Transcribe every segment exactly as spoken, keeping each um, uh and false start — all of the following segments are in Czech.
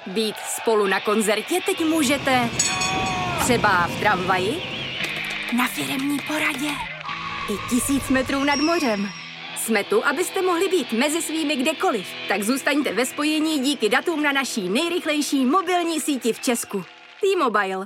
Být spolu na koncertě teď můžete třeba v tramvaji, na firemní poradě i tisíc metrů nad mořem. Jsme tu, abyste mohli být mezi svými kdekoliv. Tak zůstaňte ve spojení díky datům na naší nejrychlejší mobilní síti v Česku. T-Mobile.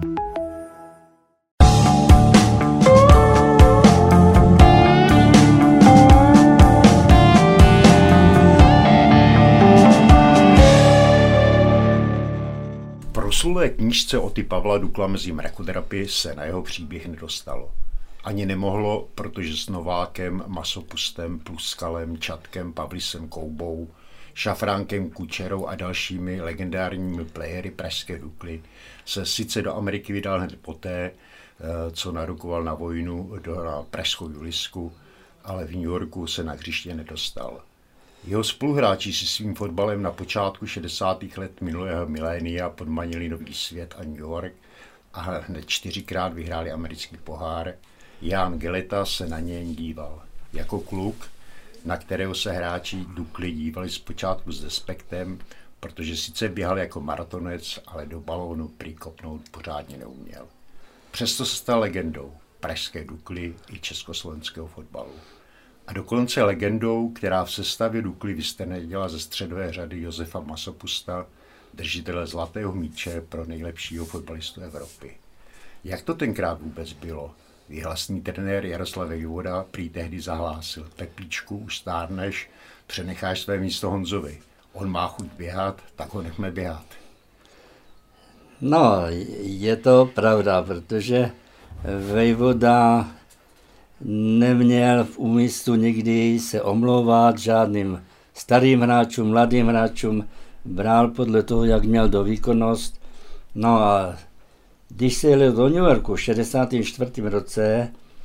V proslulé knížce Oty Pavla Dukla mezi mrakodrapy se na jeho příběh nedostalo. Ani nemohlo, protože s Novákem, Masopustem, Pluskalem, Čatkem, Pavlisem Koubou, Šafránkem Kučerou a dalšími legendárními playery pražské Dukly se sice do Ameriky vydal hned poté, co narukoval na vojnu do na pražskou Julisku, ale v New Yorku se na hřiště nedostal. Jeho spoluhráči si svým fotbalem na počátku šedesátých let minulého milénia podmanili Nový svět a New York a hned čtyřikrát vyhráli americký pohár. Jan Geleta se na něj díval jako kluk, na kterého se hráči Dukly dívali zpočátku s despektem, protože sice běhal jako maratonec, ale do balónu prý kopnout pořádně neuměl. Přesto se stal legendou pražské Dukly i československého fotbalu. A dokonce legendou, která v sestavě Dukly vystrnedila ze středové řady Josefa Masopusta, držitele zlatého míče pro nejlepšího fotbalistu Evropy. Jak to tenkrát vůbec bylo? Výhlasný trenér Jaroslav Vejvoda prý tehdy zahlásil: Pepíčku, už stárneš, přenecháš své místo Honzovi. On má chuť běhat, tak ho nechme běhat. No, je to pravda, protože Vejvoda neměl v úmyslu nikdy se omlouvat žádným starým hráčům, mladým hráčům, bral podle toho, jak měl do výkonnost. No a když se jel do New Yorku v šedesátém čtvrtém roce,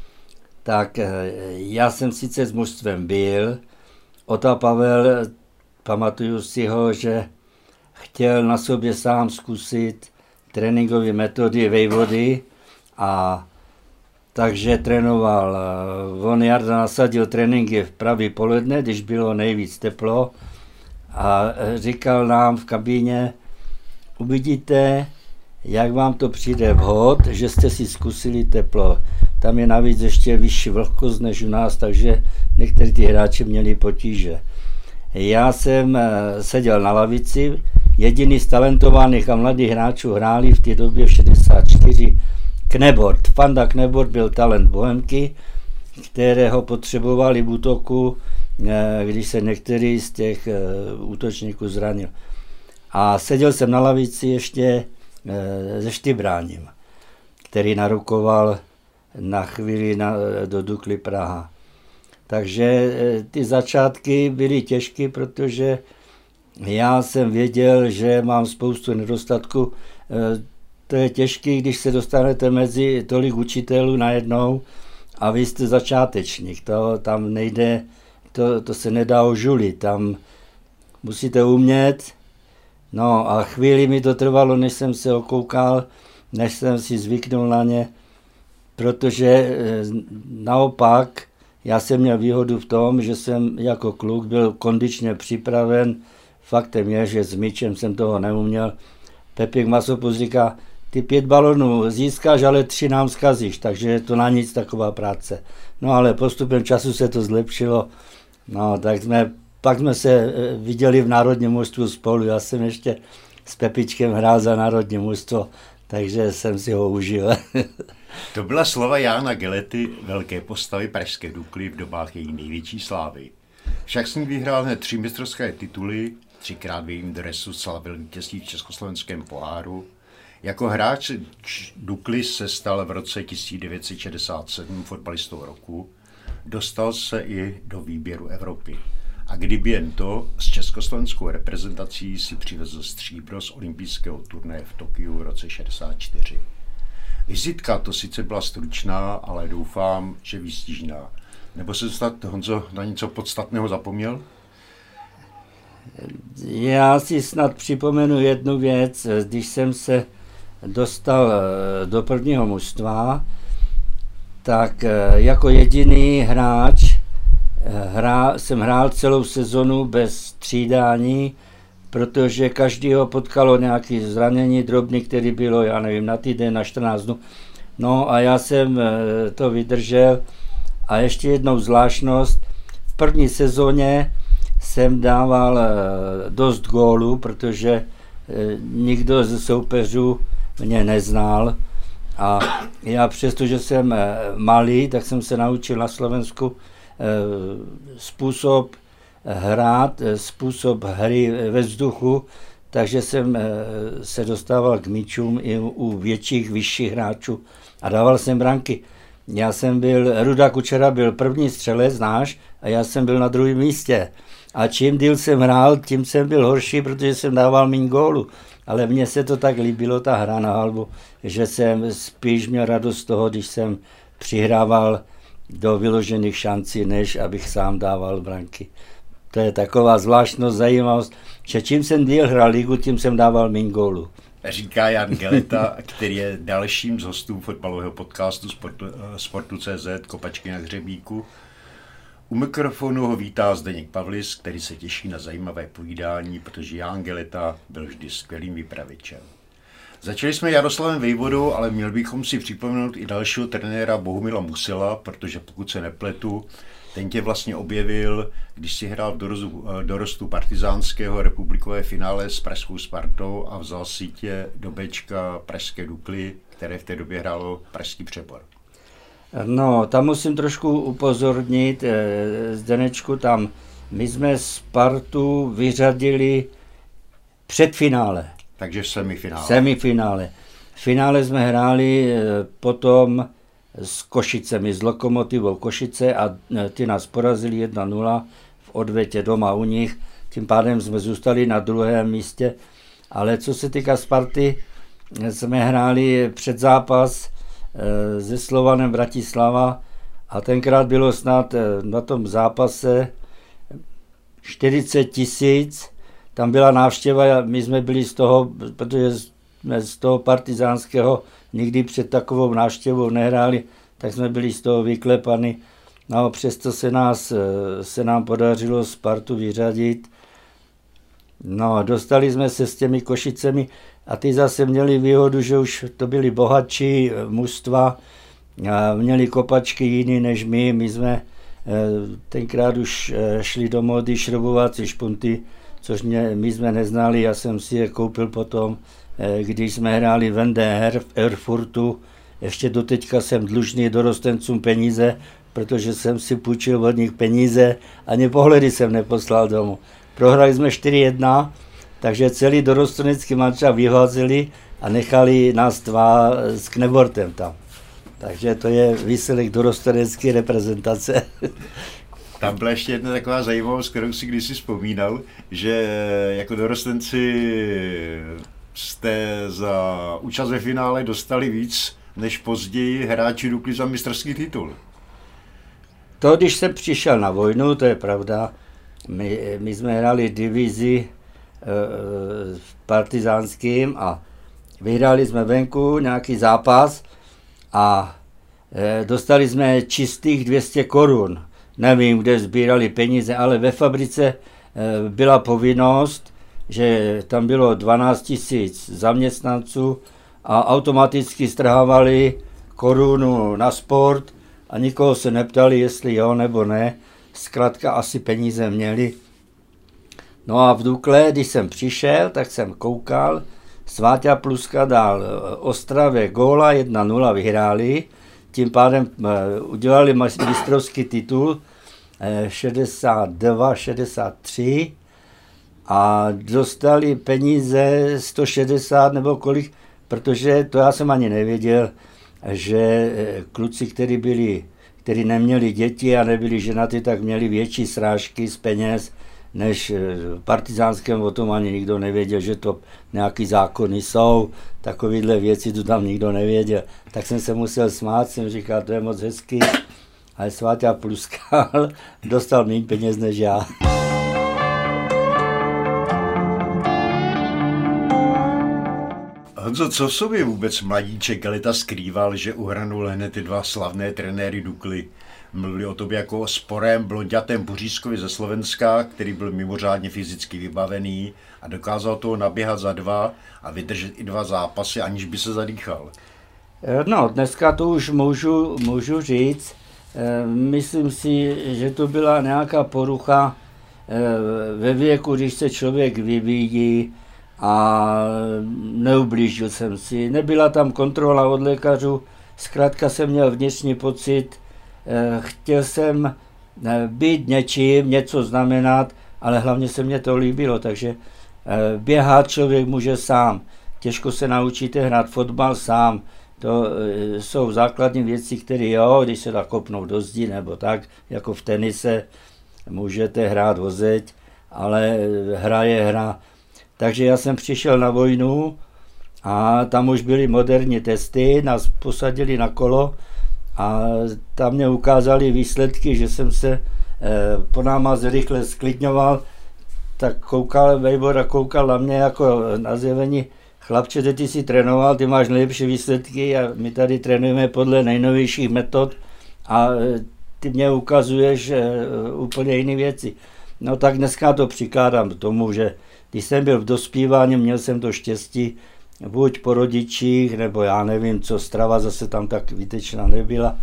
tak já jsem sice s mužstvem byl, Ota Pavel, pamatuju si ho, že chtěl na sobě sám zkusit tréninkové metody Vejvody, a takže trénoval. On Jarda nasadil tréninky v pravý poledne, když bylo nejvíc teplo, a říkal nám v kabíně: uvidíte, jak vám to přijde vhod, že jste si zkusili teplo. Tam je navíc ještě vyšší vlhkost než u nás, takže někteří ty hráči měli potíže. Já jsem seděl na lavici, jediný z talentovaných a mladých hráčů hráli v té době v šedesát čtyři Knebord. Fanda Knebord byl talent Bohemky, kterého potřebovali v útoku, když se některý z těch útočníků zranil. A seděl jsem na lavici ještě se Štybráním, který narukoval na chvíli na, do Dukly Praha. Takže ty začátky byly těžké, protože já jsem věděl, že mám spoustu nedostatků. To je těžké, když se dostanete mezi tolik učitelů najednou a vy jste začátečník. To tam nejde, to, to se nedá ožulit, tam musíte umět. No a chvíli mi to trvalo, než jsem se okoukal, než jsem si zvyknul na ně, protože naopak já jsem měl výhodu v tom, že jsem jako kluk byl kondičně připraven. Faktem je, že s míčem jsem toho neuměl. Pepík Masopust říká: ty pět balonů získáš, ale tři nám zkazíš, takže je to na nic taková práce. No ale postupem času se to zlepšilo. No tak jsme, pak jsme se viděli v národním mužstvu spolu. Já jsem ještě s Pepičkem hrál za národní mužstvo, takže jsem si ho užil. To byla slova Jána Gelety, velké postavy pražské Dukly v dobách její největší slávy. Však s ní vyhrál hned tři mistrovské tituly, třikrát v jejím dresu slavil vítězství v československém poháru. Jako hráč Dukly se stal v roce tisíc devět set šedesát sedm fotbalistou roku, dostal se i do výběru Evropy. A kdyby jen to, s československou reprezentací si přivezl stříbro z olympijského turnaje v Tokiu v roce šedesát čtyři. Vizitka to sice byla stručná, ale doufám, že výstižná. Nebo se snad, Honzo, na něco podstatného zapomněl? Já si snad připomenu jednu věc. Když jsem se dostal do prvního mužstva, tak jako jediný hráč hrál, jsem hrál celou sezonu bez střídání, protože každýho potkalo nějaké zranění drobný, který bylo, já nevím, na týden, na čtrnáct dnů. No a já jsem to vydržel. A ještě jednou zvláštnost, v první sezóně jsem dával dost gólů, protože nikdo ze soupeřů mě neznal. A já přestože jsem malý, tak jsem se naučil na Slovensku způsob hrát, způsob hry ve vzduchu, takže jsem se dostával k míčům i u větších, vyšších hráčů a dával jsem branky. Já jsem byl, Ruda Kučera byl první střelec, znáš, a já jsem byl na druhém místě. A čím díl jsem hrál, tím jsem byl horší, protože jsem dával méně gólu. Ale mně se to tak líbilo, ta hra na halbu, že jsem spíš měl radost z toho, když jsem přihrával do vyložených šancí, než abych sám dával branky. To je taková zvláštnost, zajímavost, že čím jsem díl hrál ligu, tím jsem dával méně gólu. Říká Jan Geleta, který je dalším z hostů fotbalového podcastu Sportu, Sportu tečka cé zet Kopačky na hřebíku. U mikrofonu ho vítá Zdeněk Pavlis, který se těší na zajímavé povídání, protože Jan Geleta byl vždy skvělým vypravěčem. Začali jsme Jaroslavem Vejvodou, ale měl bychom si připomenout i dalšího trenéra Bohumila Musila, protože pokud se nepletu, ten tě vlastně objevil, když si hrál v dorostu, dorostu partizánského republikové finále s pražskou Spartou a vzal si tě do Bčka pražské Dukly, které v té době hrálo pražský Přebor. No, tam musím trošku upozornit, Zdenečku, tam my jsme Spartu vyřadili před finále. Takže v semifinále. Semifinále. V finále jsme hráli potom s Košicemi, s Lokomotivou Košice a ty nás porazili jedna nula v odvetě doma u nich. Tím pádem jsme zůstali na druhém místě. Ale co se týká Sparty, jsme hráli před zápas se Slovanem Bratislava a tenkrát bylo snad na tom zápase čtyřicet tisíc. Tam byla návštěva, my jsme byli z toho, protože jsme z toho partizánského nikdy před takovou návštěvou nehráli, tak jsme byli z toho vyklepani. No, přesto se, nás, se nám podařilo Spartu vyřadit. No, dostali jsme se s těmi Košicemi a ty zase měli výhodu, že už to byly bohatší mužstva, měli kopačky jiný než my. My jsme tenkrát už šli do módy šrobovací špunty, což mě, my jsme neznali, já jsem si je koupil potom, když jsme hráli v N D R v Erfurtu. Ještě doteďka jsem dlužný dorostencům peníze, protože jsem si půjčil od nich peníze, ani pohledy jsem neposlal domů. Prohrali jsme čtyři jedna, takže celý dorostenecký manča vyházeli a nechali nás dva s Knebortem tam. Takže to je výsledek dorostenecké reprezentace. Tam byla ještě jedna taková zajímavost, kterou si kdysi vzpomínal, že jako dorostenci jste za účast ve finále dostali víc, než později hráči Dukly za mistrovský titul. To, když jsem přišel na vojnu, to je pravda. My, my jsme hráli divizi e, v partizánským a vyhráli jsme venku nějaký zápas a e, dostali jsme čistých dvě stě korun. Nevím, kde sbírali peníze, ale ve fabrice e, byla povinnost, že tam bylo dvanáct tisíc zaměstnanců a automaticky strhávali korunu na sport a nikoho se neptali, jestli jo nebo ne. Zkrátka asi peníze měli. No a v Dukle, když jsem přišel, tak jsem koukal, Sváťa Pluska dal Ostravě góla, jedna nula vyhráli, tím pádem udělali mistrovský titul šedesát dva šedesát tři a dostali peníze sto šedesát nebo kolik, protože to já jsem ani nevěděl, že kluci, kteří byli, kteří neměli děti a nebyli ženatí, tak měli větší srážky z peněz, než v partizánském, o tom ani nikdo nevěděl, že to nějaký zákony jsou, takovýhle věci tu tam nikdo nevěděl. Tak jsem se musel smát, jsem říkal, to je moc hezký, ale Sváťa Pluskal dostal méně peněz než já. Honzo, co v sobě vůbec mladíček Elita skrýval, že uhrnul hned ty dva slavné trenéry Dukly? Mluvili o tobě jako o sporém blondětém Buřískovi ze Slovenska, který byl mimořádně fyzicky vybavený a dokázal toho naběhat za dva a vydržet i dva zápasy, aniž by se zadýchal. No, dneska to už můžu, můžu říct. Myslím si, že to byla nějaká porucha ve věku, když se člověk vyvíjí, a neublížil jsem si. Nebyla tam kontrola od lékařů, zkrátka jsem měl vnitřní pocit, chtěl jsem být něčím, něco znamenat, ale hlavně se mě to líbilo, takže běhat člověk může sám. Těžko se naučíte hrát fotbal sám. To jsou základní věci, které jo, když se dá kopnout do zdi nebo tak, jako v tenise, můžete hrát o zeď, ale hra je hra. Takže já jsem přišel na vojnu a tam už byly moderní testy, nás posadili na kolo a tam mě ukázali výsledky, že jsem se eh, po námaze rychle sklidňoval, tak koukal Vejvoda, koukal na mě jako na zjevení, chlapče, že ty si trénoval, ty máš nejlepší výsledky a my tady trénujeme podle nejnovějších metod a ty mě ukazuješ eh, úplně jiné věci. No tak dneska to přikládám k tomu, že když jsem byl v dospívání, měl jsem to štěstí, buď po rodičích, nebo já nevím, co strava zase tam tak výtečná nebyla,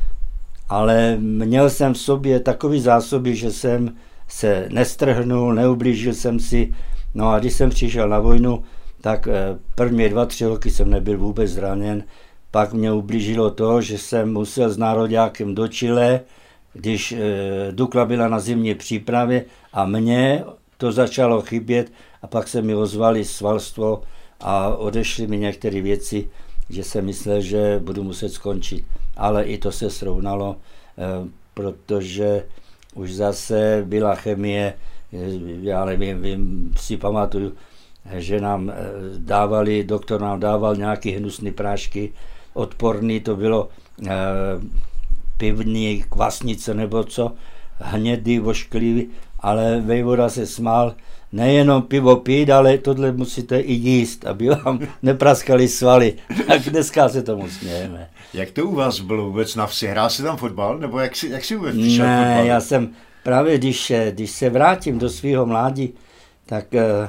ale měl jsem v sobě takový zásoby, že jsem se nestrhnul, neublížil jsem si, no a když jsem přišel na vojnu, tak první dva, tři roky jsem nebyl vůbec zraněn, pak mě ublížilo to, že jsem musel s nároďákem do Chile, když Dukla byla na zimní přípravě a mě to začalo chybět a pak se mi ozvali svalstvo a odešly mi některé věci, že jsem myslel, že budu muset skončit. Ale i to se srovnalo, protože už zase byla chemie, já nevím, vím, si pamatuju, že nám dávali, doktor nám dával nějaké hnusné prášky, odporný, to bylo pivní kvasnice nebo co, hnědý, vošklivý, ale Vejvoda se smál, nejenom pivo pít, ale tohle musíte i jíst, aby vám nepraskali svaly. Tak dneska se tomu smějeme. Jak to u vás bylo vůbec na vsi? Hrál jsi tam fotbal? Nebo jak si, jak si vůbec přišel ne, fotbal? Já jsem právě, když, když se vrátím do svého mládí, tak eh,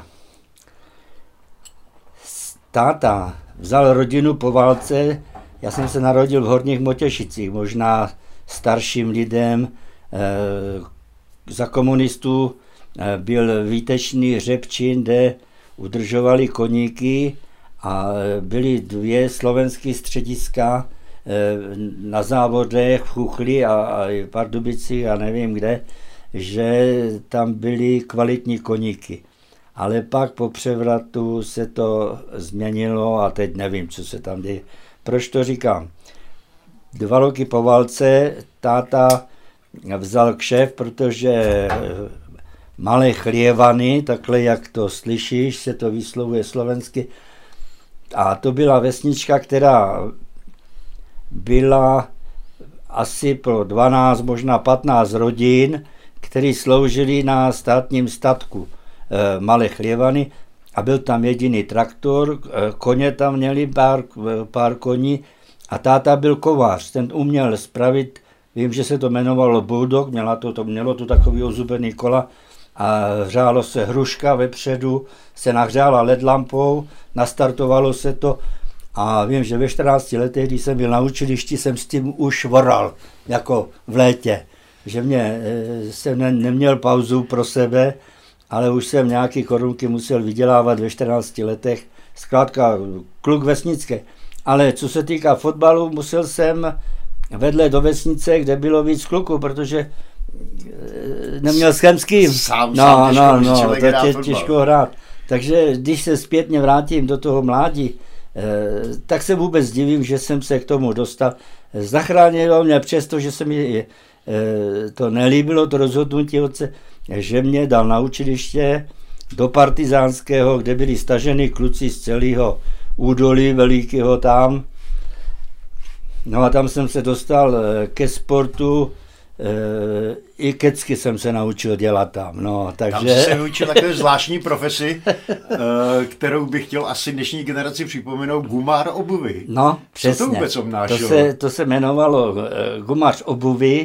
táta vzal rodinu po válce, já jsem se narodil v Horních Motěšicích, možná starším lidem, eh, za komunistů byl výtečný hřebčín, kde udržovali koníky a byly dvě slovenské střediska na závodech v Chuchli a, a v Pardubicích a nevím kde, že tam byly kvalitní koníky. Ale pak po převratu se to změnilo a teď nevím, co se tam děje. Proč to říkám? Dva roky po válce táta vzal kšef, protože Malé Chlievany, takhle jak to slyšíš, se to vyslovuje slovensky. A to byla vesnička, která byla asi pro dvanáct, možná patnáct rodin, který sloužili na státním statku e, Malé Chlievany a byl tam jediný traktor, e, koně tam měli pár, pár koní a táta byl kovář, ten uměl spravit. Vím, že se to jmenovalo Bulldog, mělo to, to, mělo to takový ozubený kola a hřálo se hruška vepředu, se nahřála led lampou, nastartovalo se to a vím, že ve čtrnácti letech, když jsem byl na učilišti, jsem s tím už voral, jako v létě, že mě, jsem ne, neměl pauzu pro sebe, ale už jsem nějaký korunky musel vydělávat ve čtrnácti letech, zkrátka kluk vesnický. Ale co se týká fotbalu, musel jsem vedle do vesnice, kde bylo víc kluků, protože neměl s s kým. Sám, no, sám no, no, to je hrát těžko hrát. Takže když se zpětně vrátím do toho mládí, eh, tak se vůbec divím, že jsem se k tomu dostal. Zachránilo mě přesto, že se mi eh, to nelíbilo, to rozhodnutí otce, že mě dal na učiliště do Partizánského, kde byli staženi kluci z celého údolí velikého tam. No a tam jsem se dostal ke sportu, i kecky jsem se naučil dělat tam. No, takže... Tam jsi se vyučil takové zvláštní profesi, kterou bych chtěl asi dnešní generaci připomenout, gumář obuvy. No, přesně. Co to vůbec obnášelo? To se, to se jmenovalo gumář obuvy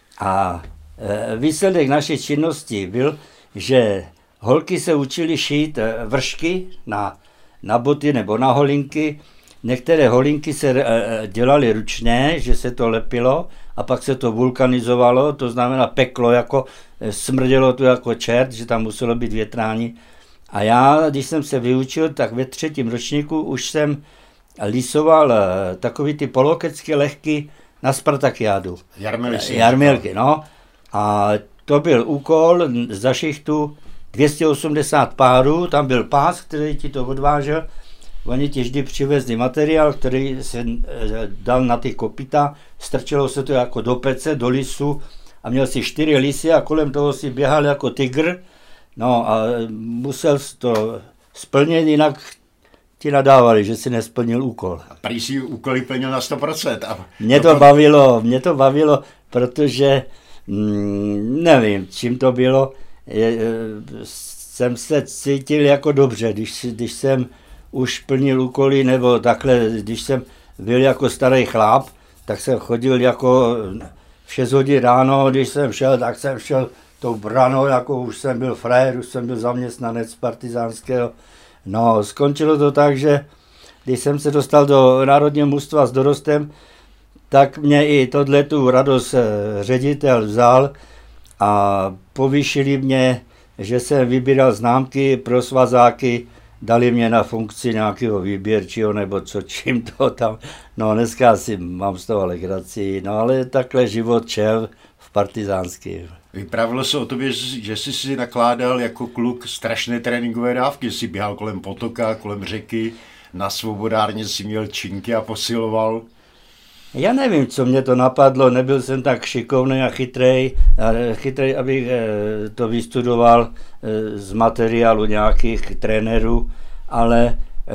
a výsledek naší činnosti byl, že holky se učily šít vršky na, na boty nebo na holinky. Některé holinky se dělaly ručně, že se to lepilo a pak se to vulkanizovalo, to znamená peklo, jako smrdělo to jako čert, že tam muselo být větrání. A já, když jsem se vyučil, tak ve třetím ročníku už jsem lisoval takový ty polokecky lehky na Spartakiádu. Jarmilky. Jarmilky, no. A to byl úkol za šichtu dvě stě osmdesát párů, tam byl pás, který ti to odvážel. Oni ti vždy přivezli materiál, který se dal na ty kopita, strčilo se to jako do pece, do lisu a měl si čtyři lisy a kolem toho si běhal jako tygr. No a musel si to splnit, jinak ti nadávali, že si nesplnil úkol. A prý si úkoly plnil na sto procent. A mě to bavilo, mě to bavilo, protože mm, nevím, čím to bylo, je, jsem se cítil jako dobře, když, když jsem už plnil úkoly, nebo takhle, když jsem byl jako starý chlap, tak jsem chodil jako v šest hodin ráno, když jsem šel, tak jsem šel tou branou, jako už jsem byl frajer, už jsem byl zaměstnanec partizánského. No, skončilo to tak, že když jsem se dostal do národního mužstva s dorostem, tak mě i tohletu radost ředitel vzal a povýšili mě, že jsem vybíral známky pro svazáky, dali mě na funkci nějakého výběrčího, nebo co, čím to tam, no dneska asi mám z toho legraci, no ale takhle život čel v partizánský. Vypravilo se o tobě, že jsi si nakládal jako kluk strašné tréninkové dávky, jsi běhal kolem potoka, kolem řeky, na svobodárně si měl činky a posiloval. Já nevím, co mě to napadlo, nebyl jsem tak šikovný a chytrej, chytrej, abych to vystudoval z materiálu nějakých trenérů, ale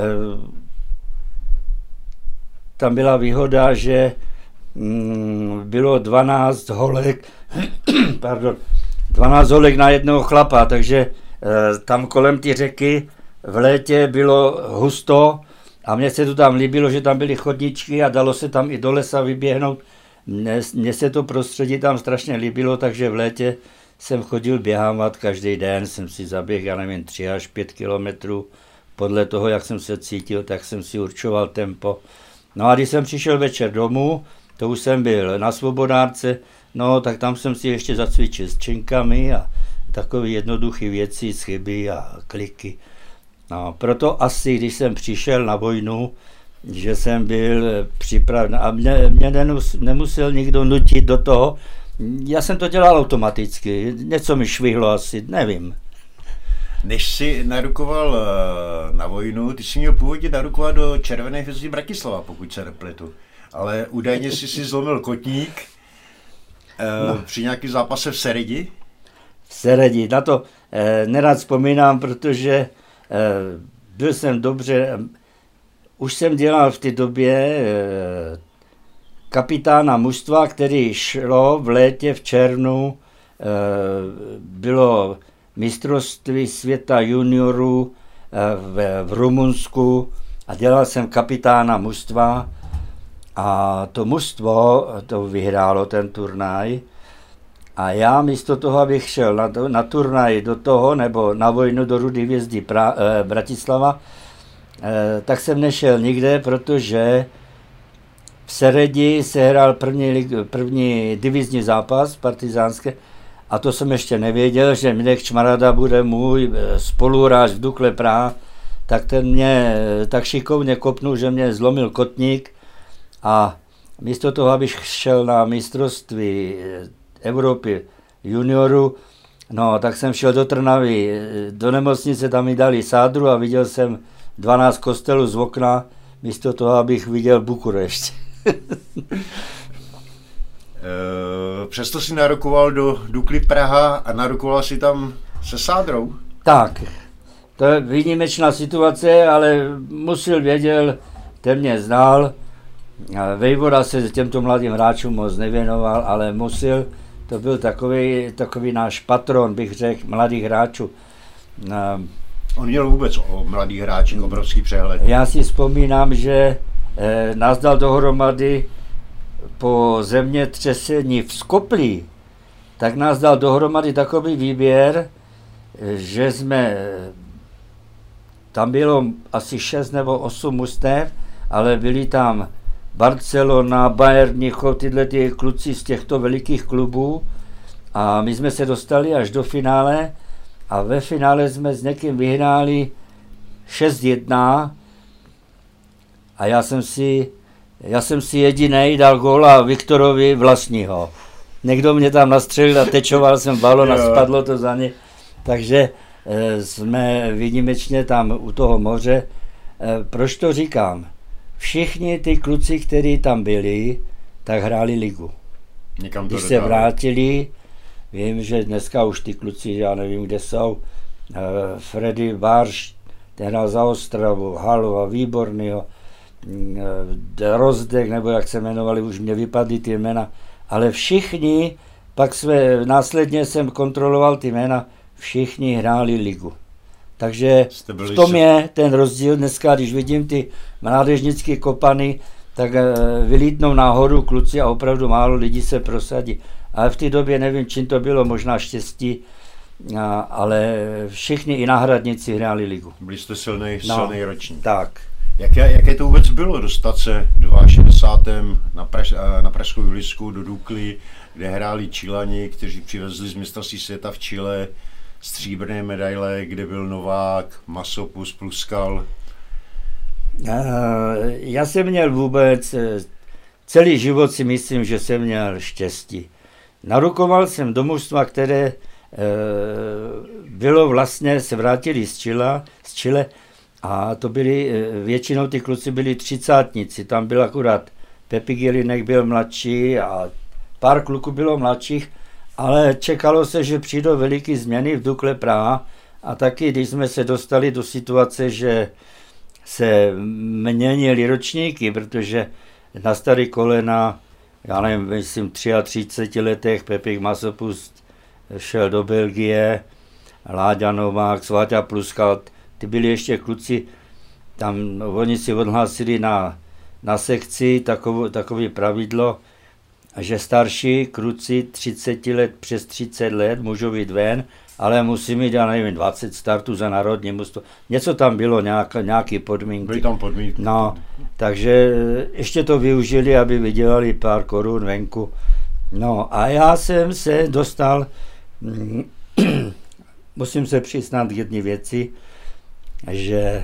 tam byla výhoda, že bylo dvanáct holek, pardon, dvanáct holek na jednoho chlapa, takže tam kolem ty řeky v létě bylo husto, a mně se to tam líbilo, že tam byly chodničky a dalo se tam i do lesa vyběhnout. Mně, mně se to prostředí tam strašně líbilo, takže v létě jsem chodil běhávat každý den, jsem si zaběhl, já nevím, tři až pět kilometrů. Podle toho, jak jsem se cítil, tak jsem si určoval tempo. No a když jsem přišel večer domů, to už jsem byl na svobodárce, no tak tam jsem si ještě zacvičil s činkami a takové jednoduché věci, chyby a kliky. No, proto asi, když jsem přišel na vojnu, že jsem byl připraven a mě, mě nemusel nikdo nutit do toho, já jsem to dělal automaticky, něco mi švihlo asi, nevím. Než jsi narukoval na vojnu, ty jsi měl původně narukovat do Červené hvězdy Bratislava, pokud se nepletu, ale údajně jsi si zlomil kotník no. při nějakém zápase v Seredi? V Seredi, na to eh, nerad vzpomínám, protože byl jsem dobře, už jsem dělal v té době kapitána mužstva, který šlo v létě, v červnu, bylo mistrovství světa juniorů v, v Rumunsku a dělal jsem kapitána mužstva a to mužstvo to vyhrálo ten turnaj. A já místo toho, abych šel na, na turnaj do toho, nebo na vojnu do Rudé hvězdy pra, eh, Bratislava, eh, tak jsem nešel nikde, protože v Seredi se hrál první, první divizní zápas partizánské a to jsem ještě nevěděl, že Mirek Čmarada bude můj spoluhráč v Dukle Praha, tak ten mě tak šikovně kopnul, že mě zlomil kotník a místo toho, abych šel na mistrovství Evropy junioru, no tak jsem šel do Trnavy, do nemocnice, tam mi dali sádru a viděl jsem dvanáct kostelů z okna, místo toho, abych viděl Bukurešť. Přesto si narukoval do Dukly Praha a narukoval si tam se sádrou? Tak, to je výjimečná situace, ale Musil věděl, ten mě znal, Vejvoda se těmto mladým hráčům moc nevěnoval, ale Musil to byl takový, takový náš patron, bych řekl, mladých hráčů. On měl vůbec o mladých hráčích obrovský přehled. Já si vzpomínám, že eh, nás dal dohromady po zemětřesení v Skoplí, tak nás dal dohromady takový výběr, že jsme, tam bylo asi šest nebo osm mužstev, ale byli tam Barcelona, Bayern Mnichov, tyhle ty kluci z těchto velikých klubů a my jsme se dostali až do finále a ve finále jsme s někým vyhráli šest jedna a já jsem si, já jsem si jedinej dal góla Viktorovi vlastního. Někdo mě tam nastřelil a tečoval jsem balon a spadlo to za ně. Takže e, jsme výjimečně tam u toho moře. E, proč to říkám? Všichni ty kluci, kteří tam byli, tak hráli ligu. Někam to Když dodali. se vrátili, vím, že dneska už ty kluci, já nevím, kde jsou, e, Freddy Barš, ten hrál za Ostravu, Halova, Výbornýho, e, Rozdek, nebo jak se jmenovali, už mě vypadly ty jména, ale všichni, pak jsme, následně jsem kontroloval ty jména, všichni hráli ligu. Takže v tom je ten rozdíl. Dneska, když vidím ty mládežnické kopany, tak vylítnou nahoru kluci a opravdu málo lidí se prosadí. Ale v té době nevím, čím to bylo, možná štěstí, ale všichni i náhradníci hráli ligu. Byli jste silný, no, silný ročník. Tak. Jaké, jaké to vůbec bylo dostat se šedesátém druhém na, Praž, na Pražskou Julisku do Dukly, kde hráli Čilani, kteří přivezli z mistrovství světa v Chile stříbrné medaile, kde byl Novák, Masopust, Pluskal? Já jsem měl vůbec, celý život si myslím, že jsem měl štěstí. Narukoval jsem do mužstva, které bylo vlastně, se vrátili z Chile, z Chile a to byli, většinou ty kluci byli třicátníci, tam byl akurát Pepi Gilinek byl mladší a pár kluků bylo mladších, ale čekalo se, že přijdou veliké změny v Dukle Praha a taky, když jsme se dostali do situace, že se měnily ročníky, protože na starý kolena, já nevím, myslím třicet tři letech Pepik Masopust šel do Belgie, Láďa Novák, Sváťa Pluskal, ty byli ještě kluci, tam oni si odhlásili na, na sekci takovou, takové pravidlo, že starší kluci třicet let, přes třicet let můžou být ven, ale musí mít, já nevím, dvacet startů za národní mužstvo. Něco tam bylo, nějak, nějaké podmínky. Byly tam podmínky. No, takže ještě to využili, aby vydělali pár korun venku. No a já jsem se dostal, musím se přiznat k jedné věci, že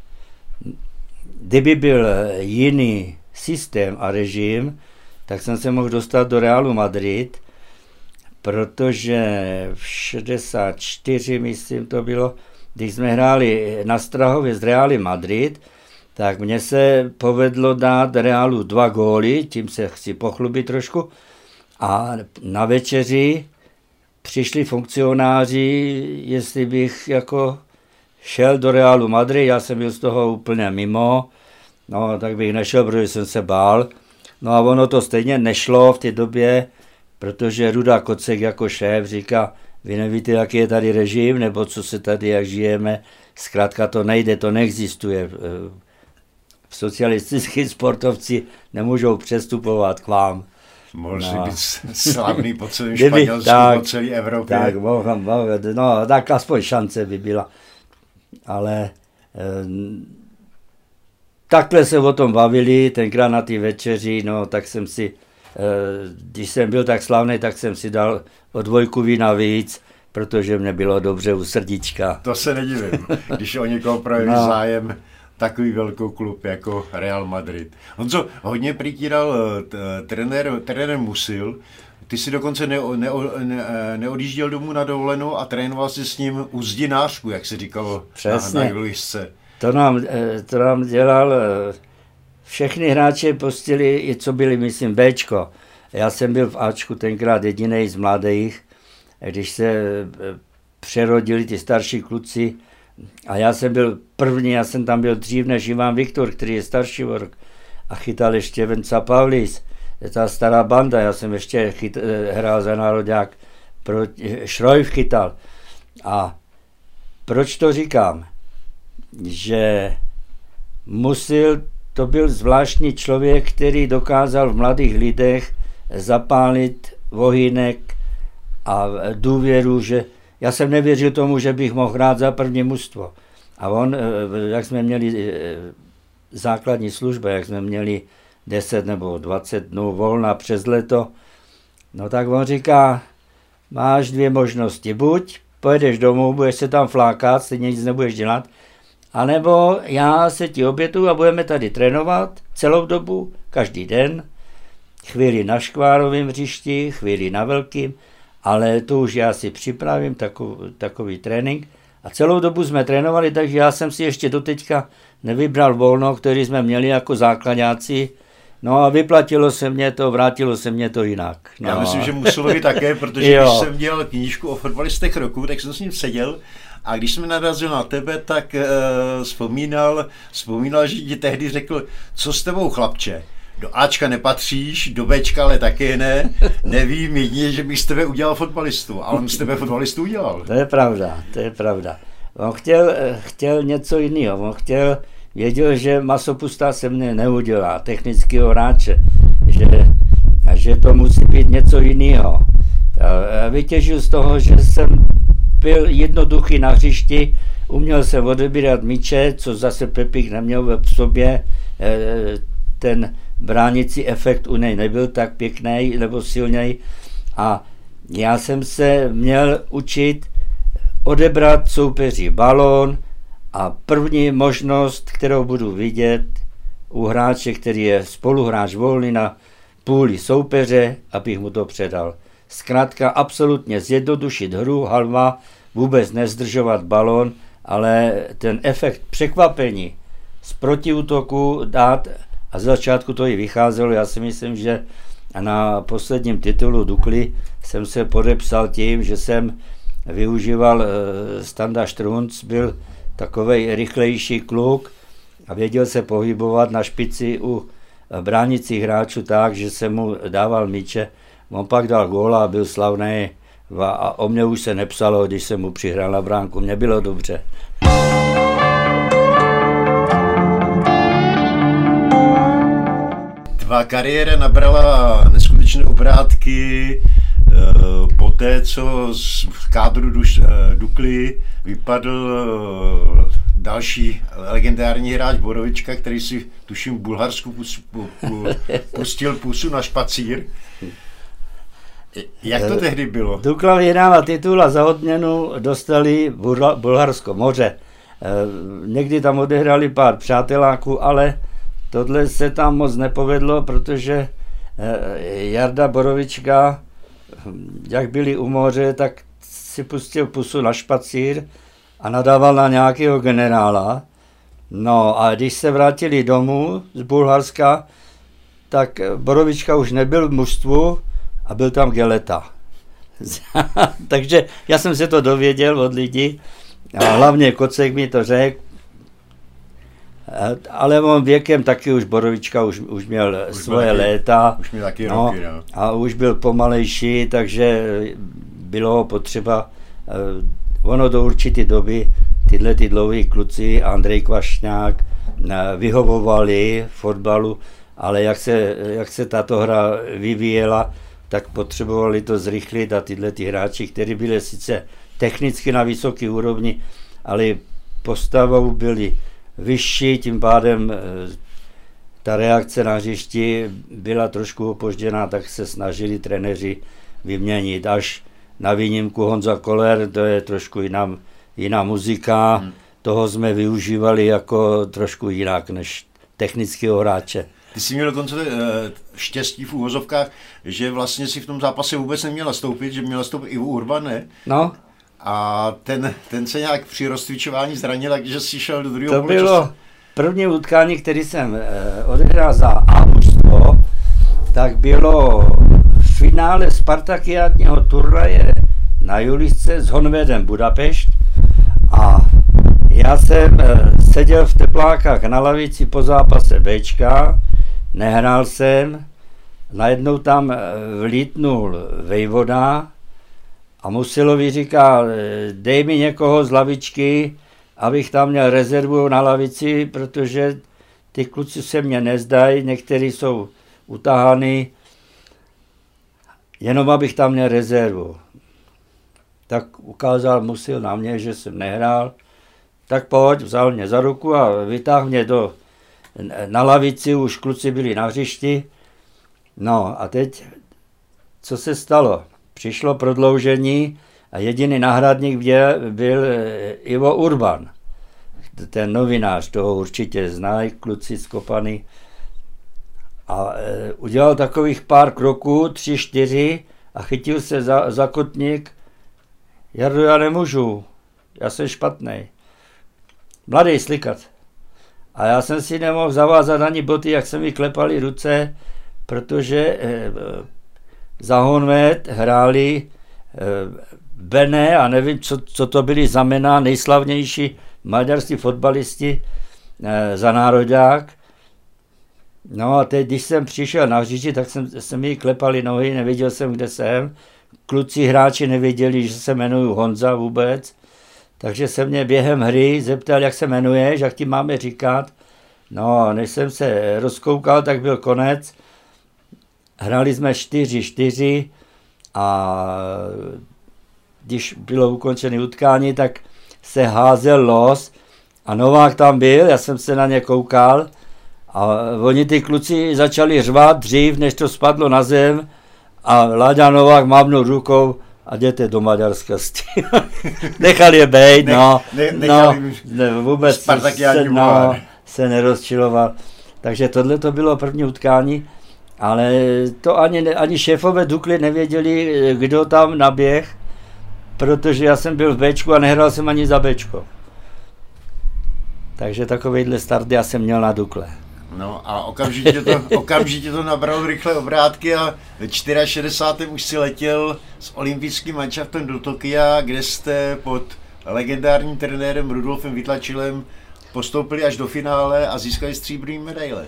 kdyby byl jiný systém a režim, tak jsem se mohl dostat do Realu Madrid, protože v šedesát čtyři, myslím to bylo, když jsme hráli na Strahově z Realy Madrid, tak mně se povedlo dát Realu dva góly, tím se chci pochlubit trošku, a na večeři přišli funkcionáři, jestli bych jako šel do Realu Madrid, já jsem byl z toho úplně mimo, no tak bych nešel, protože jsem se bál. No a ono to stejně nešlo v té době, protože Ruda Kocek jako šéf říká, vy nevíte, jaký je tady režim, nebo co se tady, jak žijeme, zkrátka to nejde, to neexistuje. Socialistický sportovci nemůžou přestupovat k vám. Mohl no. si být slavný po celém Španělsku, tak, po celé Evropě. Tak, mohl, mohl, no, tak aspoň šance by byla. Ale eh, takhle se o tom bavili, tenkrát na ty večeři, no tak jsem si, eh, když jsem byl tak slavný, tak jsem si dal o dvojku vína víc, protože mě bylo dobře u srdíčka. To se nedivím, když o někoho projeví no. zájem takový velký klub jako Real Madrid. Honzo, hodně přitíral trenér, trenér Musil, ty si dokonce ne, ne, ne, neodjížděl domů na dovolenou a trénoval si s ním u zdinářku, jak se říkalo na, na Julisce. To nám, to nám dělal, všechny hráče postili, i co byli, myslím, Bčko. Já jsem byl v Ačku tenkrát jedinej z mladých, když se přerodili ty starší kluci, a já jsem byl první, já jsem tam byl dřív než Ivan Viktor, který je starší rok a chytal ještě Venca Pavlis. ta stará banda, já jsem ještě chyt, hrál za národák, Šrojf chytal. A proč to říkám? Že musil, to byl zvláštní člověk, který dokázal v mladých lidech zapálit ohýnek a důvěru, že já jsem nevěřil tomu, že bych mohl hrát za první mužstvo. A on, jak jsme měli základní službu, jak jsme měli deset nebo dvacet dnů volna přes leto, no tak on říká, máš dvě možnosti, buď pojedeš domů, budeš se tam flákat, stejně nic nebudeš dělat, anebo já se ti obětuju a budeme tady trénovat celou dobu, každý den, chvíli na škvárovém hřišti, chvíli na velkým, ale to už já si připravím, takový, takový trénink. A celou dobu jsme trénovali, takže já jsem si ještě doteďka nevybral volno, který jsme měli jako základňáci. No a vyplatilo se mě to, vrátilo se mě to jinak. No. Já myslím, že muselo být také, protože když jsem dělal knížku o fotbalistech roku, tak jsem s ním seděl a když jsme narazil na tebe, tak uh, vzpomínal, vzpomínal, že ti tehdy řekl, co s tebou, chlapče? Do Ačka nepatříš, do Bčka ale taky ne, nevím jedině, že bych z tebe udělal fotbalistu, ale on z tebe fotbalistu udělal. To je pravda, to je pravda. On chtěl, chtěl něco jiného, on chtěl, věděl, že masopusta se mne neudělá, technického hráče, že, že to musí být něco jiného. A vytěžil z toho, že jsem byl jednoduchý na hřišti, uměl jsem odebírat míče, co zase Pepík neměl v sobě, ten bránící efekt u něj nebyl tak pěkný nebo silný a já jsem se měl učit odebrat soupeři balón a první možnost, kterou budu vidět u hráče, který je spoluhráč volný na půli soupeře, abych mu to předal. Zkrátka absolutně zjednodušit hru, halva, vůbec nezdržovat balón, ale ten efekt překvapení z protiútoku dát. A z začátku to i vycházelo, já si myslím, že na posledním titulu Dukly jsem se podepsal tím, že jsem využíval Standa Štrunc, byl takovej rychlejší kluk a věděl se pohybovat na špici u bránících hráčů tak, že jsem mu dával míče. On pak dal góla a byl slavný a o mě už se nepsalo, když jsem mu přihrál na bránku, mně bylo dobře. Tvá kariéra nabrala neskutečné obrátky po té, co z kádru Dukly vypadl další legendární hráč Borovička, který si, tuším, v Bulharsku pustil pusu na špacír. Jak to tehdy bylo? Dukla vyhrála titul a za odměnu dostali Bulharsko moře. Někdy tam odehrali pár přáteláků, ale tohle se tam moc nepovedlo, protože Jarda Borovička, jak byli u moře, tak si pustil pusu na špacír a nadával na nějakého generála. No a když se vrátili domů z Bulharska, tak Borovička už nebyl v mužstvu a byl tam Geleta. Takže já jsem se to dověděl od lidí a hlavně Kocek mi to řekl. Ale on věkem taky už Borovička už, už měl už svoje taky, léta. Už měl taky no, roky, no. A už byl pomalejší, takže bylo potřeba, uh, ono do určité doby tyhle ty dlouhý kluci, Andrej Kvašňák, uh, vyhovovali fotbalu, ale jak se, jak se tato hra vyvíjela, tak potřebovali to zrychlit a tyhle ty hráči, kteří byli sice technicky na vysoké úrovni, ale postavou byli vyšší, tím pádem ta reakce na hřišti byla trošku opožděná, tak se snažili trenéři vyměnit. Až na výjimku Honza Koller, to je trošku jiná, jiná muzika, hmm. toho jsme využívali jako trošku jinak než technického hráče. Ty jsi měl dokonce štěstí v úvozovkách, že vlastně si v tom zápase vůbec neměl nastoupit, že měl nastoupit i u Urban, ne? No. A ten, ten se nějak při rozcvičování zranil, takže si šel do druhého To poločasu. bylo první utkání, který jsem eh, odehrál za A mužstvo, tak bylo v finále spartakiádního turnaje na Julisce s Honvédem Budapešť a já jsem eh, seděl v teplákách na lavici po zápase Bčka, nehrál jsem Najednou tam vlítnul vejvoda a Musilovi říká, dej mi někoho z lavičky, abych tam měl rezervu na lavici, protože ty kluci se mě nezdají, někteří jsou utahaný, jenom abych tam měl rezervu. Tak ukázal Musil na mě, že jsem nehrál, tak pojď, vzal mě za ruku a vytáhl mě do, na lavici, už kluci byli na hřišti. No a teď, co se stalo? Přišlo prodloužení a jediný náhradník byl, byl Ivo Urban. Ten novinář, toho určitě znají, kluci z Kopany. A e, udělal takových pár kroků, tři, čtyři a chytil se za, za kotník. Jardo, já nemůžu, já jsem špatnej. Mladý slikat. A já jsem si nemohl zavázat ani boty, jak se mi klepaly ruce, protože e, za Honvéd hráli e, Bene a nevím, co, co to byli za jména, nejslavnější maďarští fotbalisti e, za nároďák. No a teď, když jsem přišel na hřiště, tak jsem, se mi klepali nohy, nevěděl jsem, kde jsem. Kluci hráči nevěděli, že se jmenuju Honza vůbec. Takže se mě během hry zeptal, jak se jmenuješ, jak ti máme říkat. No, než jsem se rozkoukal, tak byl konec. Hráli jsme čtyři čtyři a když bylo ukončené utkání, tak se házel los a Novák tam byl, já jsem se na ně koukal a oni ty kluci začali řvát dřív, než to spadlo na zem a Láďa Novák mávnul rukou a jděte do Maďarska. Nechal je bejt, no, ne, ne, no ne, vůbec se, no, se nerozčiloval. Takže tohle to bylo první utkání, ale to ani, ani šéfové Dukly nevěděli, kdo tam naběh, protože já jsem byl v Bčku a nehrál jsem ani za Bčko. Takže takovýhle start já jsem měl na Dukle. No a okamžitě to, okamžitě to nabralo rychle obrátky a ve šedesátém čtvrtém už si letěl s olympijským manšaftem do Tokia, kde jste pod legendárním trenérem Rudolfem Vytlačilem postoupili až do finále a získali stříbrný medaile.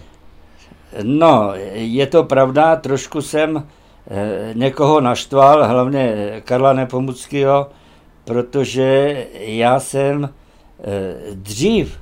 No, je to pravda, trošku jsem eh, někoho naštval, hlavně Karla Nepomuckého, protože já jsem eh, dřív,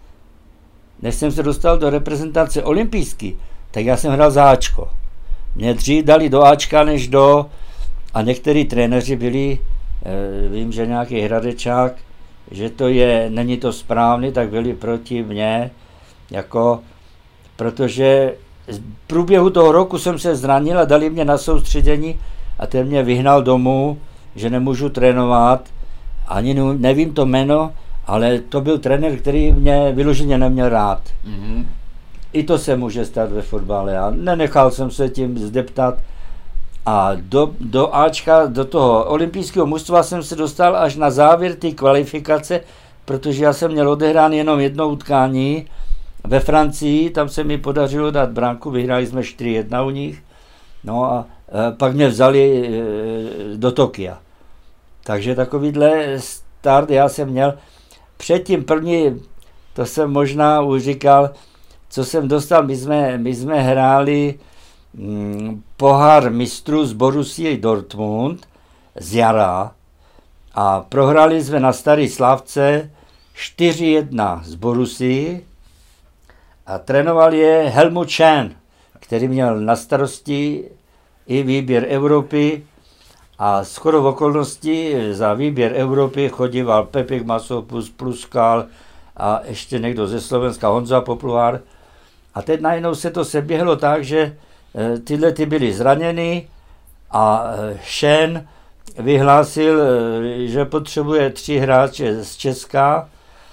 než jsem se dostal do reprezentace olympijský, tak já jsem hrál za Ačko. Mě dřív dali do Ačka než do, a některý trenéři byli, eh, vím, že nějaký Hradečák, že to je, není to správný, tak byli proti mně, jako, protože v průběhu toho roku jsem se zranil a dali mě na soustředění a ten mě vyhnal domů, že nemůžu trénovat, ani nevím to jméno, ale to byl trenér, který mě vyloženě neměl rád. Mm-hmm. I to se může stát ve fotbale a nenechal jsem se tím zdeptat. A do, do Ačka, do toho olympijského mužstva jsem se dostal až na závěr té kvalifikace, protože já jsem měl odehrán jenom jedno utkání ve Francii, tam se mi podařilo dát branku, vyhráli jsme čtyři jedna u nich, no a e, pak mě vzali e, do Tokia. Takže takovýhle start já jsem měl. Předtím první, to jsem možná už říkal, co jsem dostal, my jsme, my jsme hráli hm, pohár mistrů z Borussii Dortmund z jara a prohráli jsme na Starý Slavce čtyři jedna z Borussii a trénoval je Helmut Schön, který měl na starosti i výběr Evropy a shodou okolností za výběr Evropy chodíval Pepek Masopus, Pluskal a ještě někdo ze Slovenska, Honza Popluhár. A teď najednou se to seběhlo tak, že tyhle ty byly zraněny a Schön vyhlásil, že potřebuje tři hráče z Česka,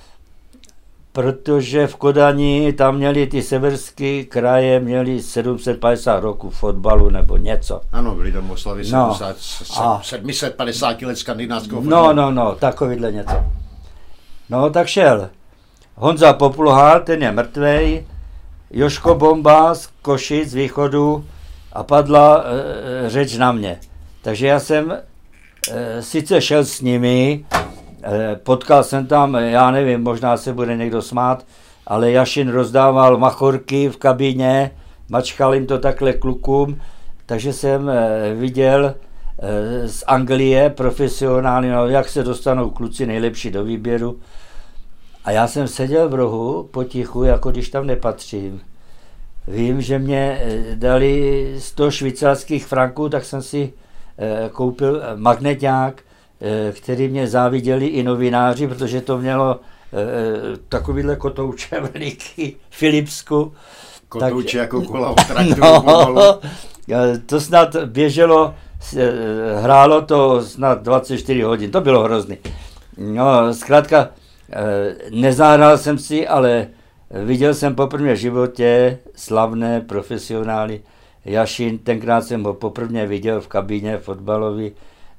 protože v Kodani tam měli ty severské kraje, měli sedm set padesát roků fotbalu nebo něco. Ano, byli tam oslavy no, sedm set padesát let skandinávského fotbalu. No, no, no, takovýhle něco. No, tak šel. Honza Popluhár, ten je mrtvej, Joško Bomba z Košic z východu a padla e, řeč na mě. Takže já jsem e, sice šel s nimi, e, potkal jsem tam, já nevím, možná se bude někdo smát, ale Jašin rozdával machorky v kabině, mačkal jim to takhle klukům, takže jsem viděl z Anglie profesionálně, no, jak se dostanou kluci nejlepší do výběru. A já jsem seděl v rohu potichu, jako když tam nepatřím. Vím, že mě dali sto švýcarských franků, tak jsem si koupil magneťák, který mě záviděli i novináři, protože to mělo takovýhle kotouče veliký, Philipsku. Kotouče tak, jako kola v traktoru pomalu. To snad běželo, hrálo to snad dvacet čtyři hodin, to bylo hrozný. No, zkrátka, nezahrál jsem si, ale viděl jsem poprvé v životě slavné profesionály. Jašin, tenkrát jsem ho poprvé viděl v kabině fotbalový,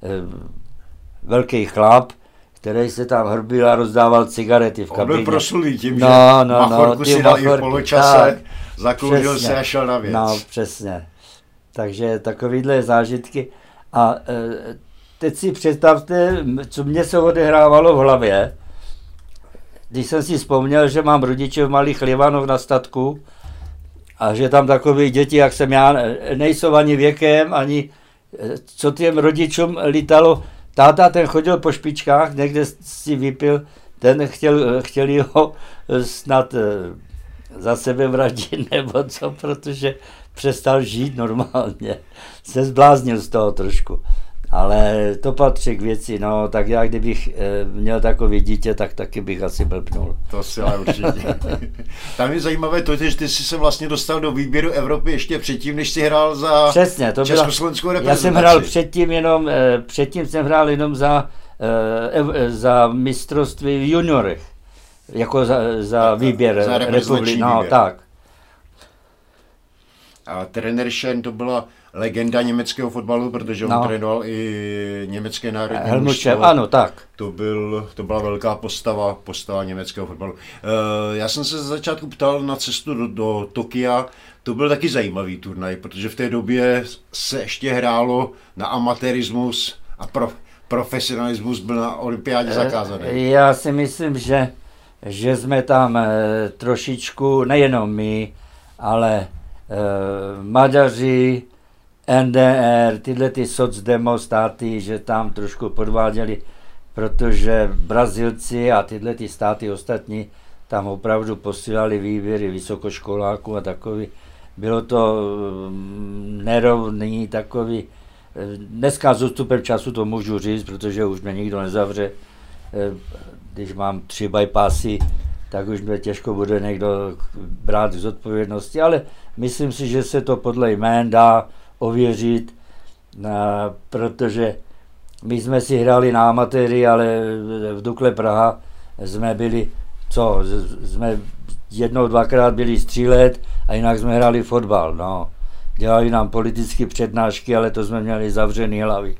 velký chlap, který se tam hrbil a rozdával cigarety v kabině. On byl proslulý tím, no, že no, Machorku no, si dal i v poločase, zakloužil přesně, se a šel na věc. No, přesně. Takže takovýhle zážitky. A e, teď si představte, co mě se odehrávalo v hlavě, když jsem si vzpomněl, že mám rodiče v Malých Livanov na statku a že tam takový děti, jak jsem já, nejsou ani věkem, ani co těm rodičům lítalo. Táta ten chodil po špičkách, někde si vypil, ten chtěl, chtěli ho snad za sebe vraždit nebo co, protože přestal žít normálně. Se zbláznil z toho trošku. Ale to patří k věci, no, tak já kdybych e, měl takový dítě, tak taky bych asi blbnul. To si ale určitě. Tam je zajímavé to, že ty jsi se vlastně dostal do výběru Evropy ještě předtím, než jsi hrál za Přesně, to československou byla, reprezentaci. Já jsem hrál předtím jenom, e, předtím jsem hrál jenom za, e, za mistrovství v juniorech, jako za, za výběr za republiky, no výběr. tak. A trenér Schön to byla legenda německého fotbalu, protože on no. trénoval i německé národní mužstvo. Ano, tak. To, byl, to byla velká postava, postava německého fotbalu. E, já jsem se za začátku ptal na cestu do, do Tokia, to byl taky zajímavý turnaj, protože v té době se ještě hrálo na amatérismus a pro, profesionalismus byl na olympiádě zakázaný. Já si myslím, že, že jsme tam trošičku, nejenom my, ale Uh, Maďaři, N D R, tyhle ty socdemo státy, že tam trošku podváděli, protože Brazilci a tyhle ty státy ostatní tam opravdu posílali výběry vysokoškoláků a takový. Bylo to um, nerovný takový. Dneska s odstupem času to můžu říct, protože už mě nikdo nezavře. Když mám tři bypassy, tak už mě těžko bude někdo brát z odpovědnosti, ale myslím si, že se to podle jmén dá ověřit, protože my jsme si hráli na amatéry, ale v Dukle Praha jsme byli, co, jsme jednou, dvakrát byli střílet a jinak jsme hráli fotbal, no. Dělali nám politické přednášky, ale to jsme měli zavřený hlavy.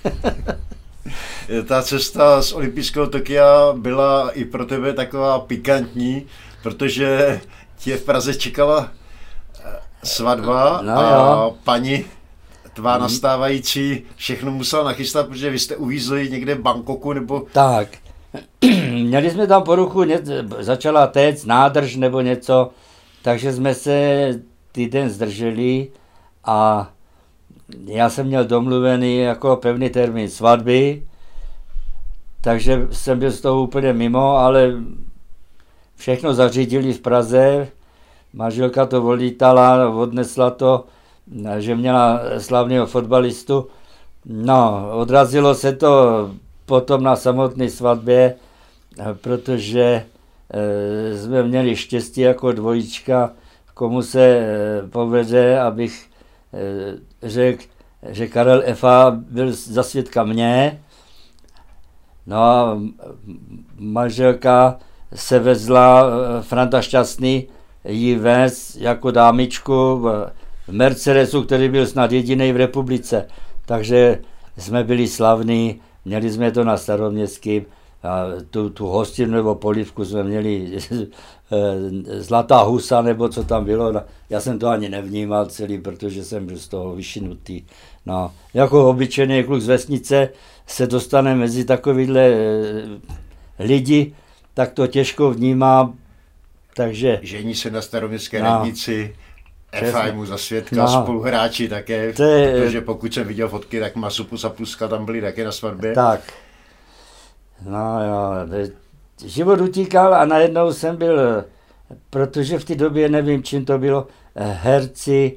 Ta cesta z olympijského Tokia byla i pro tebe taková pikantní, protože tě v Praze čekala svatba no, a jo. paní tvá nastávající všechno musela nachystat, protože vy jste uvízli někde v Bangkoku nebo... Tak, měli jsme tam poruchu, začala téct nádrž nebo něco, takže jsme se týden zdrželi a já jsem měl domluvený jako pevný termín svatby, takže jsem byl z toho úplně mimo, ale všechno zařídili v Praze, manželka to odlítala, odnesla to, že měla slavného fotbalistu. No, odrazilo se to potom na samotné svatbě, protože e, jsme měli štěstí jako dvojička, komu se e, povede, abych e, řekl, že Karel Efa byl za svědka mě. No a manželka se vezla, Franta Šťastný jí vez jako dámičku v Mercedesu, který byl snad jediný v republice. Takže jsme byli slavní, měli jsme to na Staroměstském, a tu, tu hostinu nebo polívku jsme měli Zlatá husa, nebo co tam bylo. Já jsem to ani nevnímal celý, protože jsem byl z toho vyšinutý. No, jako obyčejný kluk z vesnice se dostane mezi takovýhle lidi, tak to těžko vnímám. Takže... Žení se na staroměstské no. radnici. F I mu za svědka, no. Spoluhráči také, je, protože pokud jsem viděl fotky, tak Masopust a Pluska tam byli také na svatbě. Tak. No jo, život utíkal a najednou jsem byl, protože v té době, nevím, čím to bylo, herci